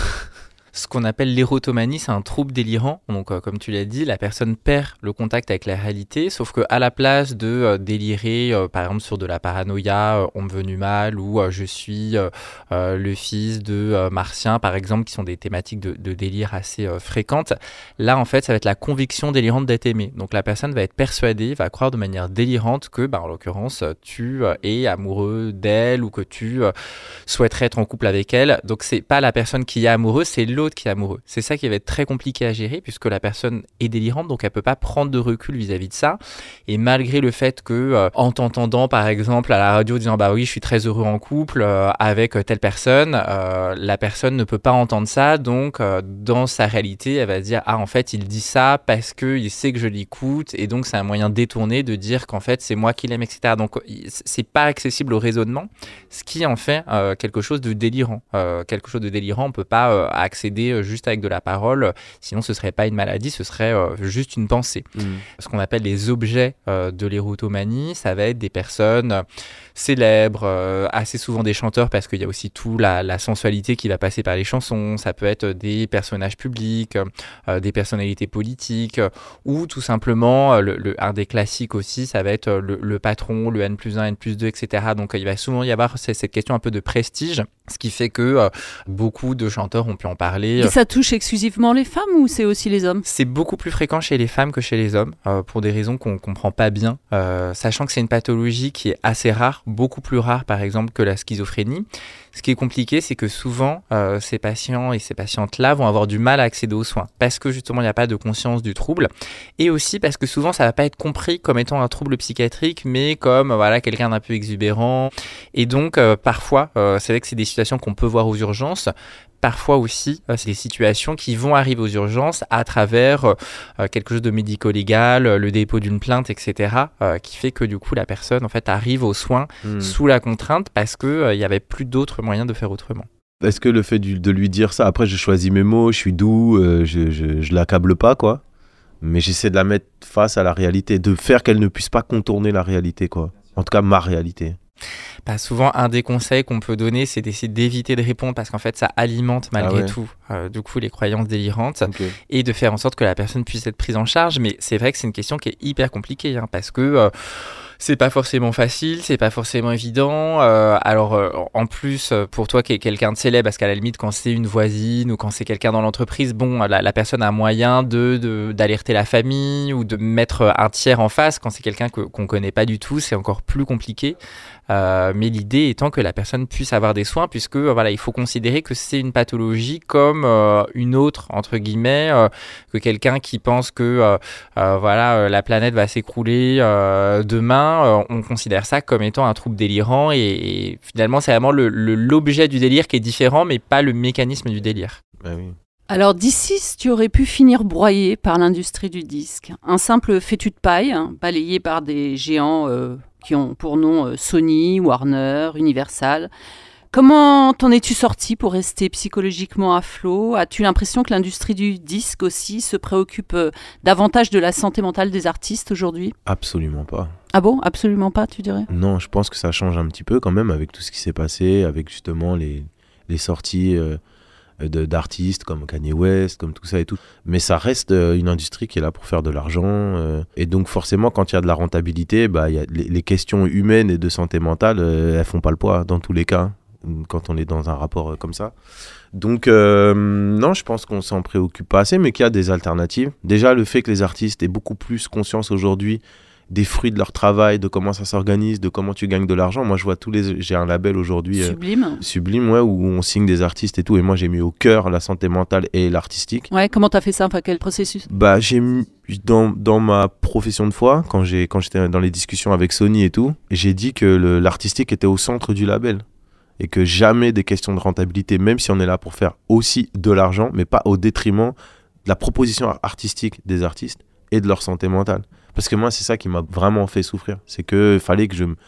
Ce qu'on appelle l'érotomanie, c'est un trouble délirant. Donc, euh, comme tu l'as dit, la personne perd le contact avec la réalité, sauf qu'à la place de euh, délirer, euh, par exemple, sur de la paranoïa, euh, on me veut du mal, ou euh, je suis euh, euh, le fils de euh, Martien, par exemple, qui sont des thématiques de, de délire assez euh, fréquentes, là, en fait, ça va être la conviction délirante d'être aimé. Donc, la personne va être persuadée, va croire de manière délirante que, bah, en l'occurrence, tu euh, es amoureux d'elle ou que tu euh, souhaiterais être en couple avec elle. Donc, c'est pas la personne qui est amoureuse, c'est l'autre qui est amoureux. C'est ça qui va être très compliqué à gérer puisque la personne est délirante, donc elle peut pas prendre de recul vis-à-vis de ça. Et malgré le fait que, euh, en t'entendant par exemple à la radio disant bah oui, je suis très heureux en couple euh, avec telle personne, euh, la personne ne peut pas entendre ça, donc euh, dans sa réalité, elle va se dire ah en fait il dit ça parce que il sait que je l'écoute et donc c'est un moyen détourné de dire qu'en fait c'est moi qui l'aime, et cetera. Donc c'est pas accessible au raisonnement, ce qui en fait euh, quelque chose de délirant. Euh, quelque chose de délirant, on peut pas euh, accéder juste avec de la parole, sinon ce serait pas une maladie, ce serait euh, juste une pensée. Mmh. Ce qu'on appelle les objets euh, de l'érotomanie, ça va être des personnes euh, célèbres, euh, assez souvent des chanteurs parce qu'il y a aussi tout la, la sensualité qui va passer par les chansons, ça peut être des personnages publics, euh, des personnalités politiques, euh, ou tout simplement, euh, le, le, un des classiques aussi, ça va être le, le patron, le N plus un, N plus deux, et cetera. Donc il va souvent y avoir cette, cette question un peu de prestige, ce qui fait que euh, beaucoup de chanteurs ont pu en parler. Et ça touche exclusivement les femmes ou c'est aussi les hommes? C'est beaucoup plus fréquent chez les femmes que chez les hommes, euh, pour des raisons qu'on ne comprend pas bien, euh, sachant que c'est une pathologie qui est assez rare, beaucoup plus rare par exemple que la schizophrénie. Ce qui est compliqué, c'est que souvent, euh, ces patients et ces patientes-là vont avoir du mal à accéder aux soins parce que justement, il n'y a pas de conscience du trouble et aussi parce que souvent, ça ne va pas être compris comme étant un trouble psychiatrique, mais comme voilà, quelqu'un d'un peu exubérant. Et donc, euh, parfois, euh, c'est vrai que c'est des situations qu'on peut voir aux urgences. Parfois aussi, euh, c'est des situations qui vont arriver aux urgences à travers euh, quelque chose de médico-légal, euh, le dépôt d'une plainte, et cetera, euh, qui fait que du coup, la personne en fait, arrive aux soins mmh. sous la contrainte parce qu'il euh, n'y avait plus d'autres moyens de faire autrement. Est-ce que le fait du, de lui dire ça, après je choisis mes mots, je suis doux, euh, je, je, je l'accable pas, quoi. Mais j'essaie de la mettre face à la réalité, de faire qu'elle ne puisse pas contourner la réalité, quoi. En tout cas, ma réalité. Bah souvent, un des conseils qu'on peut donner, c'est d'essayer d'éviter de répondre parce qu'en fait, ça alimente malgré ah ouais. tout, euh, du coup, les croyances délirantes okay. et de faire en sorte que la personne puisse être prise en charge. Mais c'est vrai que c'est une question qui est hyper compliquée hein, parce que euh, c'est pas forcément facile, c'est pas forcément évident. Euh, alors, euh, en plus, pour toi qui est quelqu'un de célèbre, parce qu'à la limite, quand c'est une voisine ou quand c'est quelqu'un dans l'entreprise, bon, la, la personne a un moyen de, de, d'alerter la famille ou de mettre un tiers en face. Quand c'est quelqu'un que, qu'on connaît pas du tout, c'est encore plus compliqué. Euh, mais l'idée étant que la personne puisse avoir des soins puisque euh, voilà, il faut considérer que c'est une pathologie comme euh, une autre entre guillemets, euh, que quelqu'un qui pense que euh, euh, voilà, euh, la planète va s'écrouler euh, demain, euh, on considère ça comme étant un trouble délirant et, et finalement c'est vraiment le, le, l'objet du délire qui est différent mais pas le mécanisme du délire. Bah oui. Alors d'ici, tu aurais pu finir broyé par l'industrie du disque. Un simple fétu de paille, hein, balayé par des géants euh, qui ont pour nom euh, Sony, Warner, Universal. Comment t'en es-tu sorti pour rester psychologiquement à flot? As-tu l'impression que l'industrie du disque aussi se préoccupe euh, davantage de la santé mentale des artistes aujourd'hui? Absolument pas. Ah bon? Absolument pas, tu dirais? Non, je pense que ça change un petit peu quand même avec tout ce qui s'est passé, avec justement les, les sorties... Euh... De, d'artistes comme Kanye West, comme tout ça et tout. Mais ça reste euh, une industrie qui est là pour faire de l'argent. Euh, et donc forcément, quand il y a de la rentabilité, bah, y a les, les questions humaines et de santé mentale, euh, elles font pas le poids dans tous les cas, quand on est dans un rapport euh, comme ça. Donc euh, non, je pense qu'on s'en préoccupe pas assez, mais qu'il y a des alternatives. Déjà, le fait que les artistes aient beaucoup plus conscience aujourd'hui des fruits de leur travail, de comment ça s'organise, de comment tu gagnes de l'argent. Moi, je vois tous les... J'ai un label aujourd'hui... Sublime. Euh, Sublime, ouais, où on signe des artistes et tout. Et moi, j'ai mis au cœur la santé mentale et l'artistique. Ouais, comment t'as fait ça? Enfin, quel processus? Bah, j'ai mis... Dans, dans ma profession de foi, quand, j'ai, quand j'étais dans les discussions avec Sony et tout, j'ai dit que le, l'artistique était au centre du label. Et que jamais des questions de rentabilité, même si on est là pour faire aussi de l'argent, mais pas au détriment de la proposition artistique des artistes et de leur santé mentale. Parce que moi, c'est ça qui m'a vraiment fait souffrir. C'est qu'il fallait que je,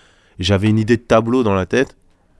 j'avais une idée de tableau dans la tête,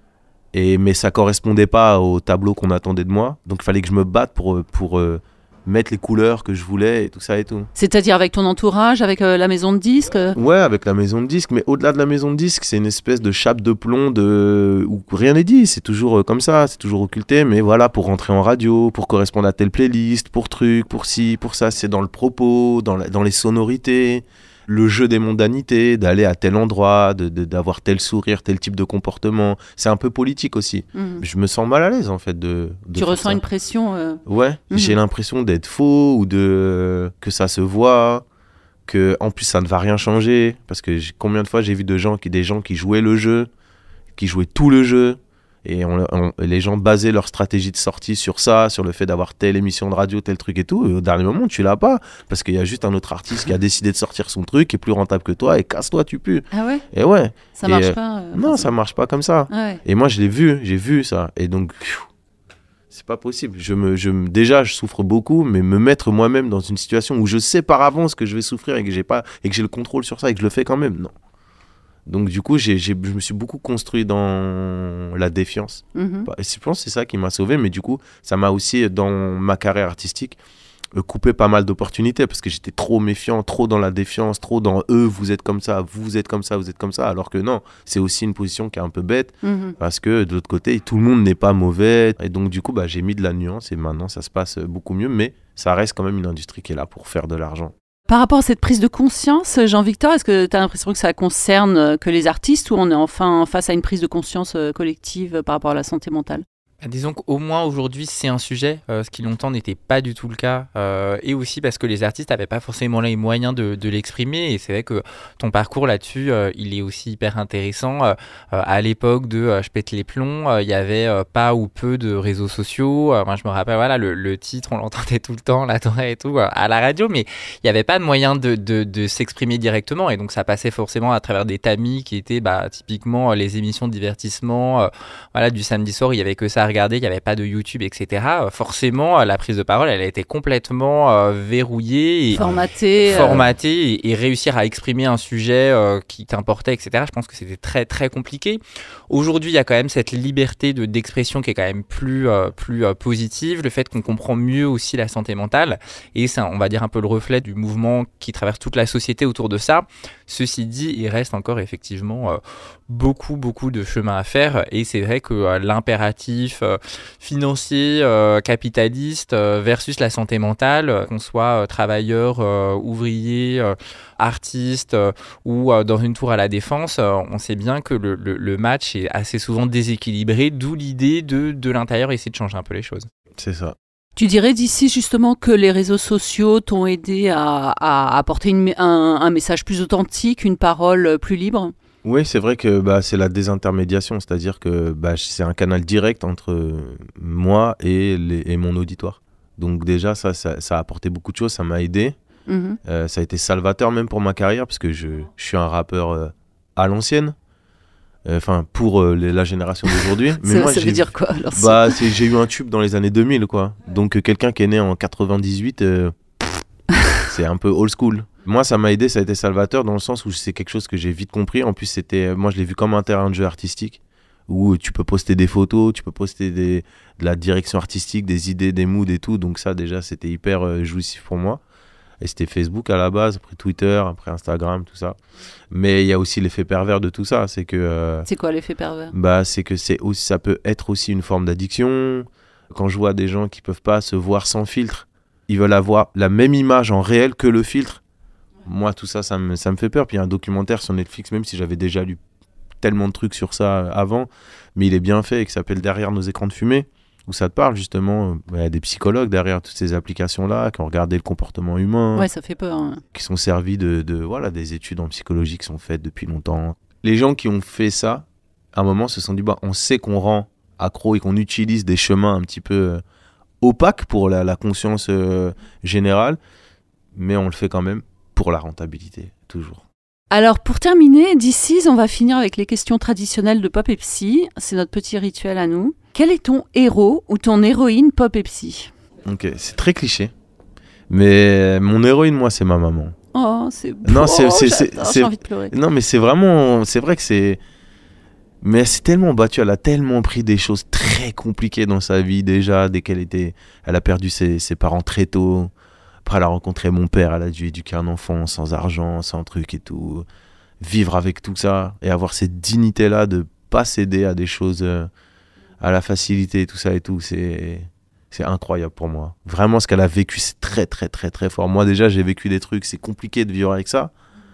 et, mais ça correspondait pas au tableau qu'on attendait de moi. Donc il fallait que je me batte pour, pour euh, mettre les couleurs que je voulais et tout ça et tout. C'est-à-dire avec ton entourage, avec euh, la maison de disques euh... Ouais, avec la maison de disques, mais au-delà de la maison de disques, c'est une espèce de chape de plomb de... où rien n'est dit, c'est toujours euh, comme ça, c'est toujours occulté, mais voilà, pour rentrer en radio, pour correspondre à telle playlist, pour truc, pour ci, pour ça, c'est dans le propos, dans, la... dans les sonorités, le jeu des mondanités, d'aller à tel endroit, de, de, d'avoir tel sourire, tel type de comportement. C'est un peu politique aussi. Mmh. Je me sens mal à l'aise en fait de, de Tu ressens ça. une pression euh... Ouais, mmh. J'ai l'impression d'être faux ou de que ça se voit, que en plus ça ne va rien changer. Parce que combien de fois j'ai vu de gens qui, des gens qui jouaient le jeu, qui jouaient tout le jeu, et on, on, les gens basaient leur stratégie de sortie sur ça, sur le fait d'avoir telle émission de radio, tel truc et tout, et au dernier moment tu l'as pas, parce qu'il y a juste un autre artiste qui a décidé de sortir son truc, qui est plus rentable que toi, et casse-toi, tu pues. Ah ouais. Et ouais. Ça et marche euh, pas euh, Non, ça marche pas comme ça. Ah ouais. Et moi je l'ai vu, j'ai vu ça, et donc pfiou, c'est pas possible. Je me, je me, déjà je souffre beaucoup, mais me mettre moi-même dans une situation où je sais par avance que je vais souffrir et que j'ai pas, et que j'ai le contrôle sur ça et que je le fais quand même, non. Donc du coup, j'ai, j'ai, je me suis beaucoup construit dans la défiance. Mmh. Et je pense que c'est ça qui m'a sauvé, mais du coup, ça m'a aussi, dans ma carrière artistique, euh, coupé pas mal d'opportunités, parce que j'étais trop méfiant, trop dans la défiance, trop dans « eux, vous êtes comme ça, vous êtes comme ça, vous êtes comme ça », alors que non, c'est aussi une position qui est un peu bête, mmh. parce que de l'autre côté, tout le monde n'est pas mauvais. Et donc du coup, bah, j'ai mis de la nuance, et maintenant, ça se passe beaucoup mieux, mais ça reste quand même une industrie qui est là pour faire de l'argent. Par rapport à cette prise de conscience, Jean-Victor, est-ce que tu as l'impression que ça concerne que les artistes ou on est enfin face à une prise de conscience collective par rapport à la santé mentale ? Disons qu'au moins aujourd'hui c'est un sujet, euh, ce qui longtemps n'était pas du tout le cas, euh, et aussi parce que les artistes n'avaient pas forcément les moyens de, de l'exprimer, et c'est vrai que ton parcours là-dessus euh, il est aussi hyper intéressant. Euh, à l'époque de euh, Je pète les plombs, il euh, y avait euh, pas ou peu de réseaux sociaux. Euh, moi je me rappelle, voilà, le, le titre on l'entendait tout le temps, l'attendait et tout euh, à la radio, mais il n'y avait pas de moyen de, de, de s'exprimer directement, et donc ça passait forcément à travers des tamis qui étaient bah, typiquement les émissions de divertissement, euh, voilà, du samedi soir, il n'y avait que ça à regarder, il n'y avait pas de YouTube, et cetera. Forcément, la prise de parole, elle a été complètement euh, verrouillée, et formatée, formatée euh... et, et réussir à exprimer un sujet euh, qui t'importait, et cetera. Je pense que c'était très très compliqué. Aujourd'hui, il y a quand même cette liberté de, d'expression qui est quand même plus, euh, plus euh, positive, le fait qu'on comprend mieux aussi la santé mentale, et c'est, on va dire, un peu le reflet du mouvement qui traverse toute la société autour de ça. Ceci dit, il reste encore effectivement euh, beaucoup beaucoup de chemin à faire, et c'est vrai que euh, l'impératif euh, financier, euh, capitaliste euh, versus la santé mentale, euh, qu'on soit euh, travailleur, euh, ouvrier, euh, artiste euh, ou euh, dans une tour à la Défense, euh, on sait bien que le, le, le match est assez souvent déséquilibré, d'où l'idée de, de l'intérieur essayer de changer un peu les choses. C'est ça. Tu dirais d'ici justement que les réseaux sociaux t'ont aidé à, à apporter une, un, un message plus authentique, une parole plus libre ? Oui, c'est vrai que bah, c'est la désintermédiation, c'est-à-dire que bah, c'est un canal direct entre moi et, les, et mon auditoire. Donc déjà, ça, ça, ça a apporté beaucoup de choses, ça m'a aidé. Mmh. Euh, ça a été salvateur même pour ma carrière, parce que je, je suis un rappeur euh, à l'ancienne, enfin euh, pour euh, les, la génération d'aujourd'hui. Mais ça moi, ça j'ai, veut dire quoi alors bah, c'est, j'ai eu un tube dans les années deux mille, quoi. Donc euh, quelqu'un qui est né en quatre-vingt-dix-huit, euh, c'est un peu old school. Moi, ça m'a aidé, ça a été salvateur dans le sens où c'est quelque chose que j'ai vite compris. En plus, c'était, moi, je l'ai vu comme un terrain de jeu artistique où tu peux poster des photos, tu peux poster des, de la direction artistique, des idées, des moods et tout. Donc ça, déjà, c'était hyper euh, jouissif pour moi. Et c'était Facebook à la base, après Twitter, après Instagram, tout ça. Mais il y a aussi l'effet pervers de tout ça. C'est que... Euh, c'est quoi l'effet pervers ? Bah, c'est que c'est aussi, ça peut être aussi une forme d'addiction. Quand je vois des gens qui peuvent pas se voir sans filtre, ils veulent avoir la même image en réel que le filtre. Moi, tout ça, ça me, ça me fait peur. Puis il y a un documentaire sur Netflix, même si j'avais déjà lu tellement de trucs sur ça avant, mais il est bien fait et qui s'appelle « Derrière nos écrans de fumée », où ça te parle justement, il y a des psychologues derrière toutes ces applications-là qui ont regardé le comportement humain. Ouais, ça fait peur. Hein. Qui sont servis de, de, voilà, des études en psychologie qui sont faites depuis longtemps. Les gens qui ont fait ça, à un moment, se sont dit, bah, on sait qu'on rend accro et qu'on utilise des chemins un petit peu euh, opaques pour la, la conscience euh, générale, mais on le fait quand même pour la rentabilité, toujours. Alors, pour terminer, d'ici, on va finir avec les questions traditionnelles de Pop et Psy. C'est notre petit rituel à nous. Quel est ton héros ou ton héroïne Pop et Psy ? Ok, c'est très cliché. Mais mon héroïne, moi, c'est ma maman. Oh, c'est beau. Non, c'est, c'est, c'est, c'est... c'est... j'ai envie de pleurer. Non, mais c'est vraiment... C'est vrai que c'est... Mais elle s'est tellement battue, elle a tellement pris des choses très compliquées dans sa vie déjà, dès qu'elle était... Elle a perdu ses, ses parents très tôt. Après, elle a rencontré mon père, elle a dû éduquer un enfant sans argent, sans truc et tout. Vivre avec tout ça et avoir cette dignité-là de pas céder à des choses, euh, à la facilité et tout ça et tout, c'est... C'est incroyable pour moi. Vraiment, ce qu'elle a vécu, c'est très, très, très, très fort. Moi, déjà, j'ai vécu des trucs, c'est compliqué de vivre avec ça.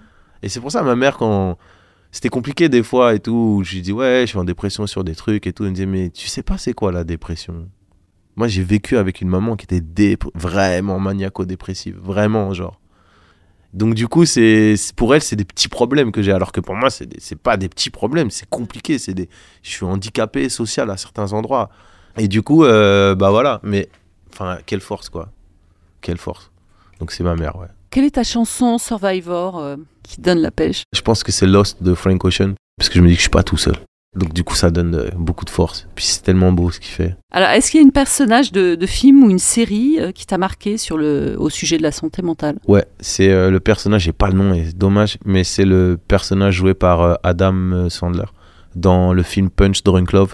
Et c'est pour ça, ma mère, quand c'était compliqué des fois et tout, je lui dis, ouais, je suis en dépression sur des trucs et tout. Elle me dit, mais tu sais pas c'est quoi la dépression? Moi, j'ai vécu avec une maman qui était dé- vraiment maniaco-dépressive. Vraiment, genre. Donc, du coup, c'est, pour elle, c'est des petits problèmes que j'ai. Alors que pour moi, c'est, des, c'est pas des petits problèmes, c'est compliqué. C'est des, je suis handicapé social à certains endroits. Et du coup, euh, bah voilà, mais enfin, quelle force quoi, quelle force. Donc c'est ma mère, ouais. Quelle est ta chanson Survivor euh, qui donne la pêche? Je pense que c'est Lost de Frank Ocean, parce que je me dis que je suis pas tout seul. Donc du coup, ça donne euh, beaucoup de force. Puis c'est tellement beau ce qu'il fait. Alors, est-ce qu'il y a un personnage de, de film ou une série euh, qui t'a marqué sur le, au sujet de la santé mentale? Ouais, c'est euh, le personnage, j'ai pas le nom, et c'est dommage, mais c'est le personnage joué par euh, Adam Sandler dans le film Punch Drunk Love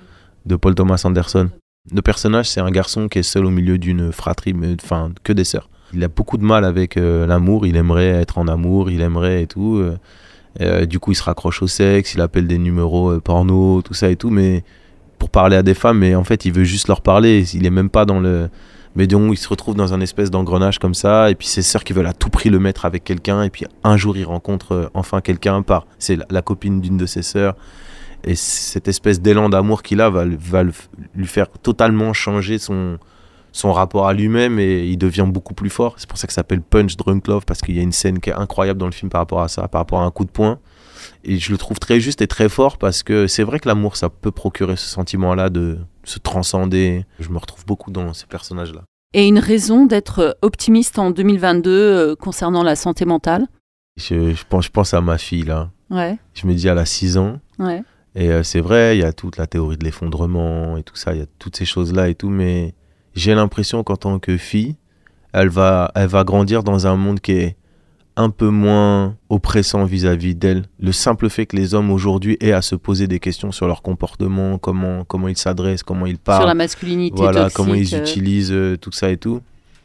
de Paul Thomas Anderson. Le personnage, c'est un garçon qui est seul au milieu d'une fratrie, mais enfin que des sœurs. Il a beaucoup de mal avec euh, l'amour, il aimerait être en amour, il aimerait et tout. Euh, euh, du coup, il se raccroche au sexe, il appelle des numéros euh, porno, tout ça et tout, mais pour parler à des femmes, mais en fait, il veut juste leur parler, il est même pas dans le... Mais donc, il se retrouve dans un espèce d'engrenage comme ça, et puis ses sœurs qui veulent à tout prix le mettre avec quelqu'un, et puis un jour, il rencontre euh, enfin quelqu'un, par... c'est la, la copine d'une de ses sœurs. Et cette espèce d'élan d'amour qu'il a va, va lui faire totalement changer son, son rapport à lui-même et il devient beaucoup plus fort. C'est pour ça que ça s'appelle Punch Drunk Love, parce qu'il y a une scène qui est incroyable dans le film par rapport à ça, par rapport à un coup de poing. Et je le trouve très juste et très fort parce que c'est vrai que l'amour, ça peut procurer ce sentiment-là de se transcender. Je me retrouve beaucoup dans ces personnages-là. Et une raison d'être optimiste en deux mille vingt-deux euh, concernant la santé mentale? je, je, pense, je pense à ma fille, là. Ouais. Je me dis, elle a six ans. Ouais. Et euh, c'est vrai, il y a toute la théorie de l'effondrement et tout ça, il y a toutes ces choses-là et tout, mais j'ai l'impression qu'en tant que fille, elle va, elle va grandir dans un monde qui est un peu moins oppressant vis-à-vis d'elle. Le simple fait que les hommes aujourd'hui aient à se poser des questions sur leur comportement, comment, comment ils s'adressent, comment ils parlent. Sur la masculinité voilà, toxique. Comment ils euh... utilisent euh, tout ça et tout.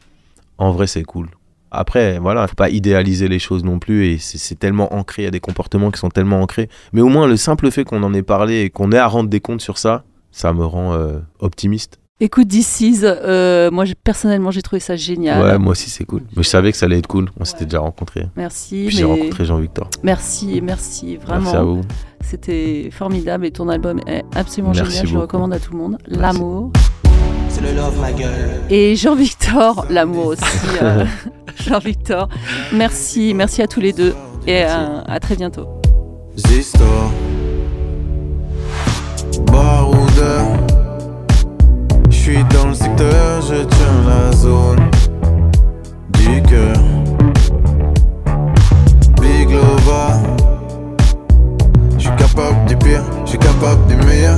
En vrai, c'est cool. Après, voilà, faut pas idéaliser les choses non plus et c'est, c'est tellement ancré, il y a des comportements qui sont tellement ancrés. Mais au moins, le simple fait qu'on en ait parlé et qu'on ait à rendre des comptes sur ça, ça me rend euh, optimiste. Écoute, This Is, euh, moi j'ai, personnellement j'ai trouvé ça génial. Ouais, moi aussi c'est cool. Mais je savais que ça allait être cool, on s'était ouais. déjà rencontrés. Merci. Puis mais... j'ai rencontré Jean-Victor. Merci, merci, vraiment. Merci à vous. C'était formidable et ton album est absolument merci génial, beaucoup. Je le recommande à tout le monde. Merci. L'amour. C'est le love, ma gueule. Et Jean-Victor, l'amour aussi. euh, Jean-Victor, merci, merci à tous les deux et à, à très bientôt. Zisto, baroudeur, je suis dans le secteur, je tiens la zone du cœur. Big Lova, je suis capable du pire, je suis capable du meilleur.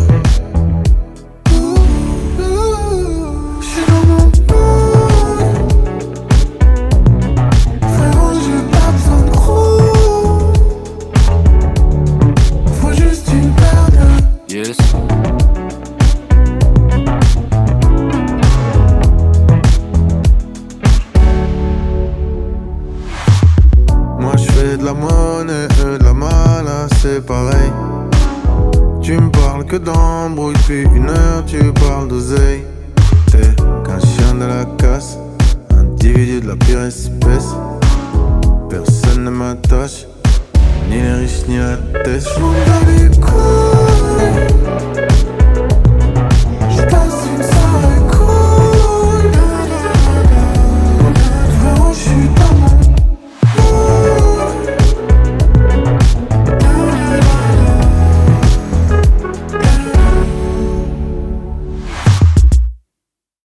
C'est pareil, tu me parles que d'embrouille depuis une heure, tu parles d'oseille. T'es qu'un chien de la casse, individu de la pire espèce. Personne ne m'attache, ni les riches ni la tête. J'monte dans les couilles.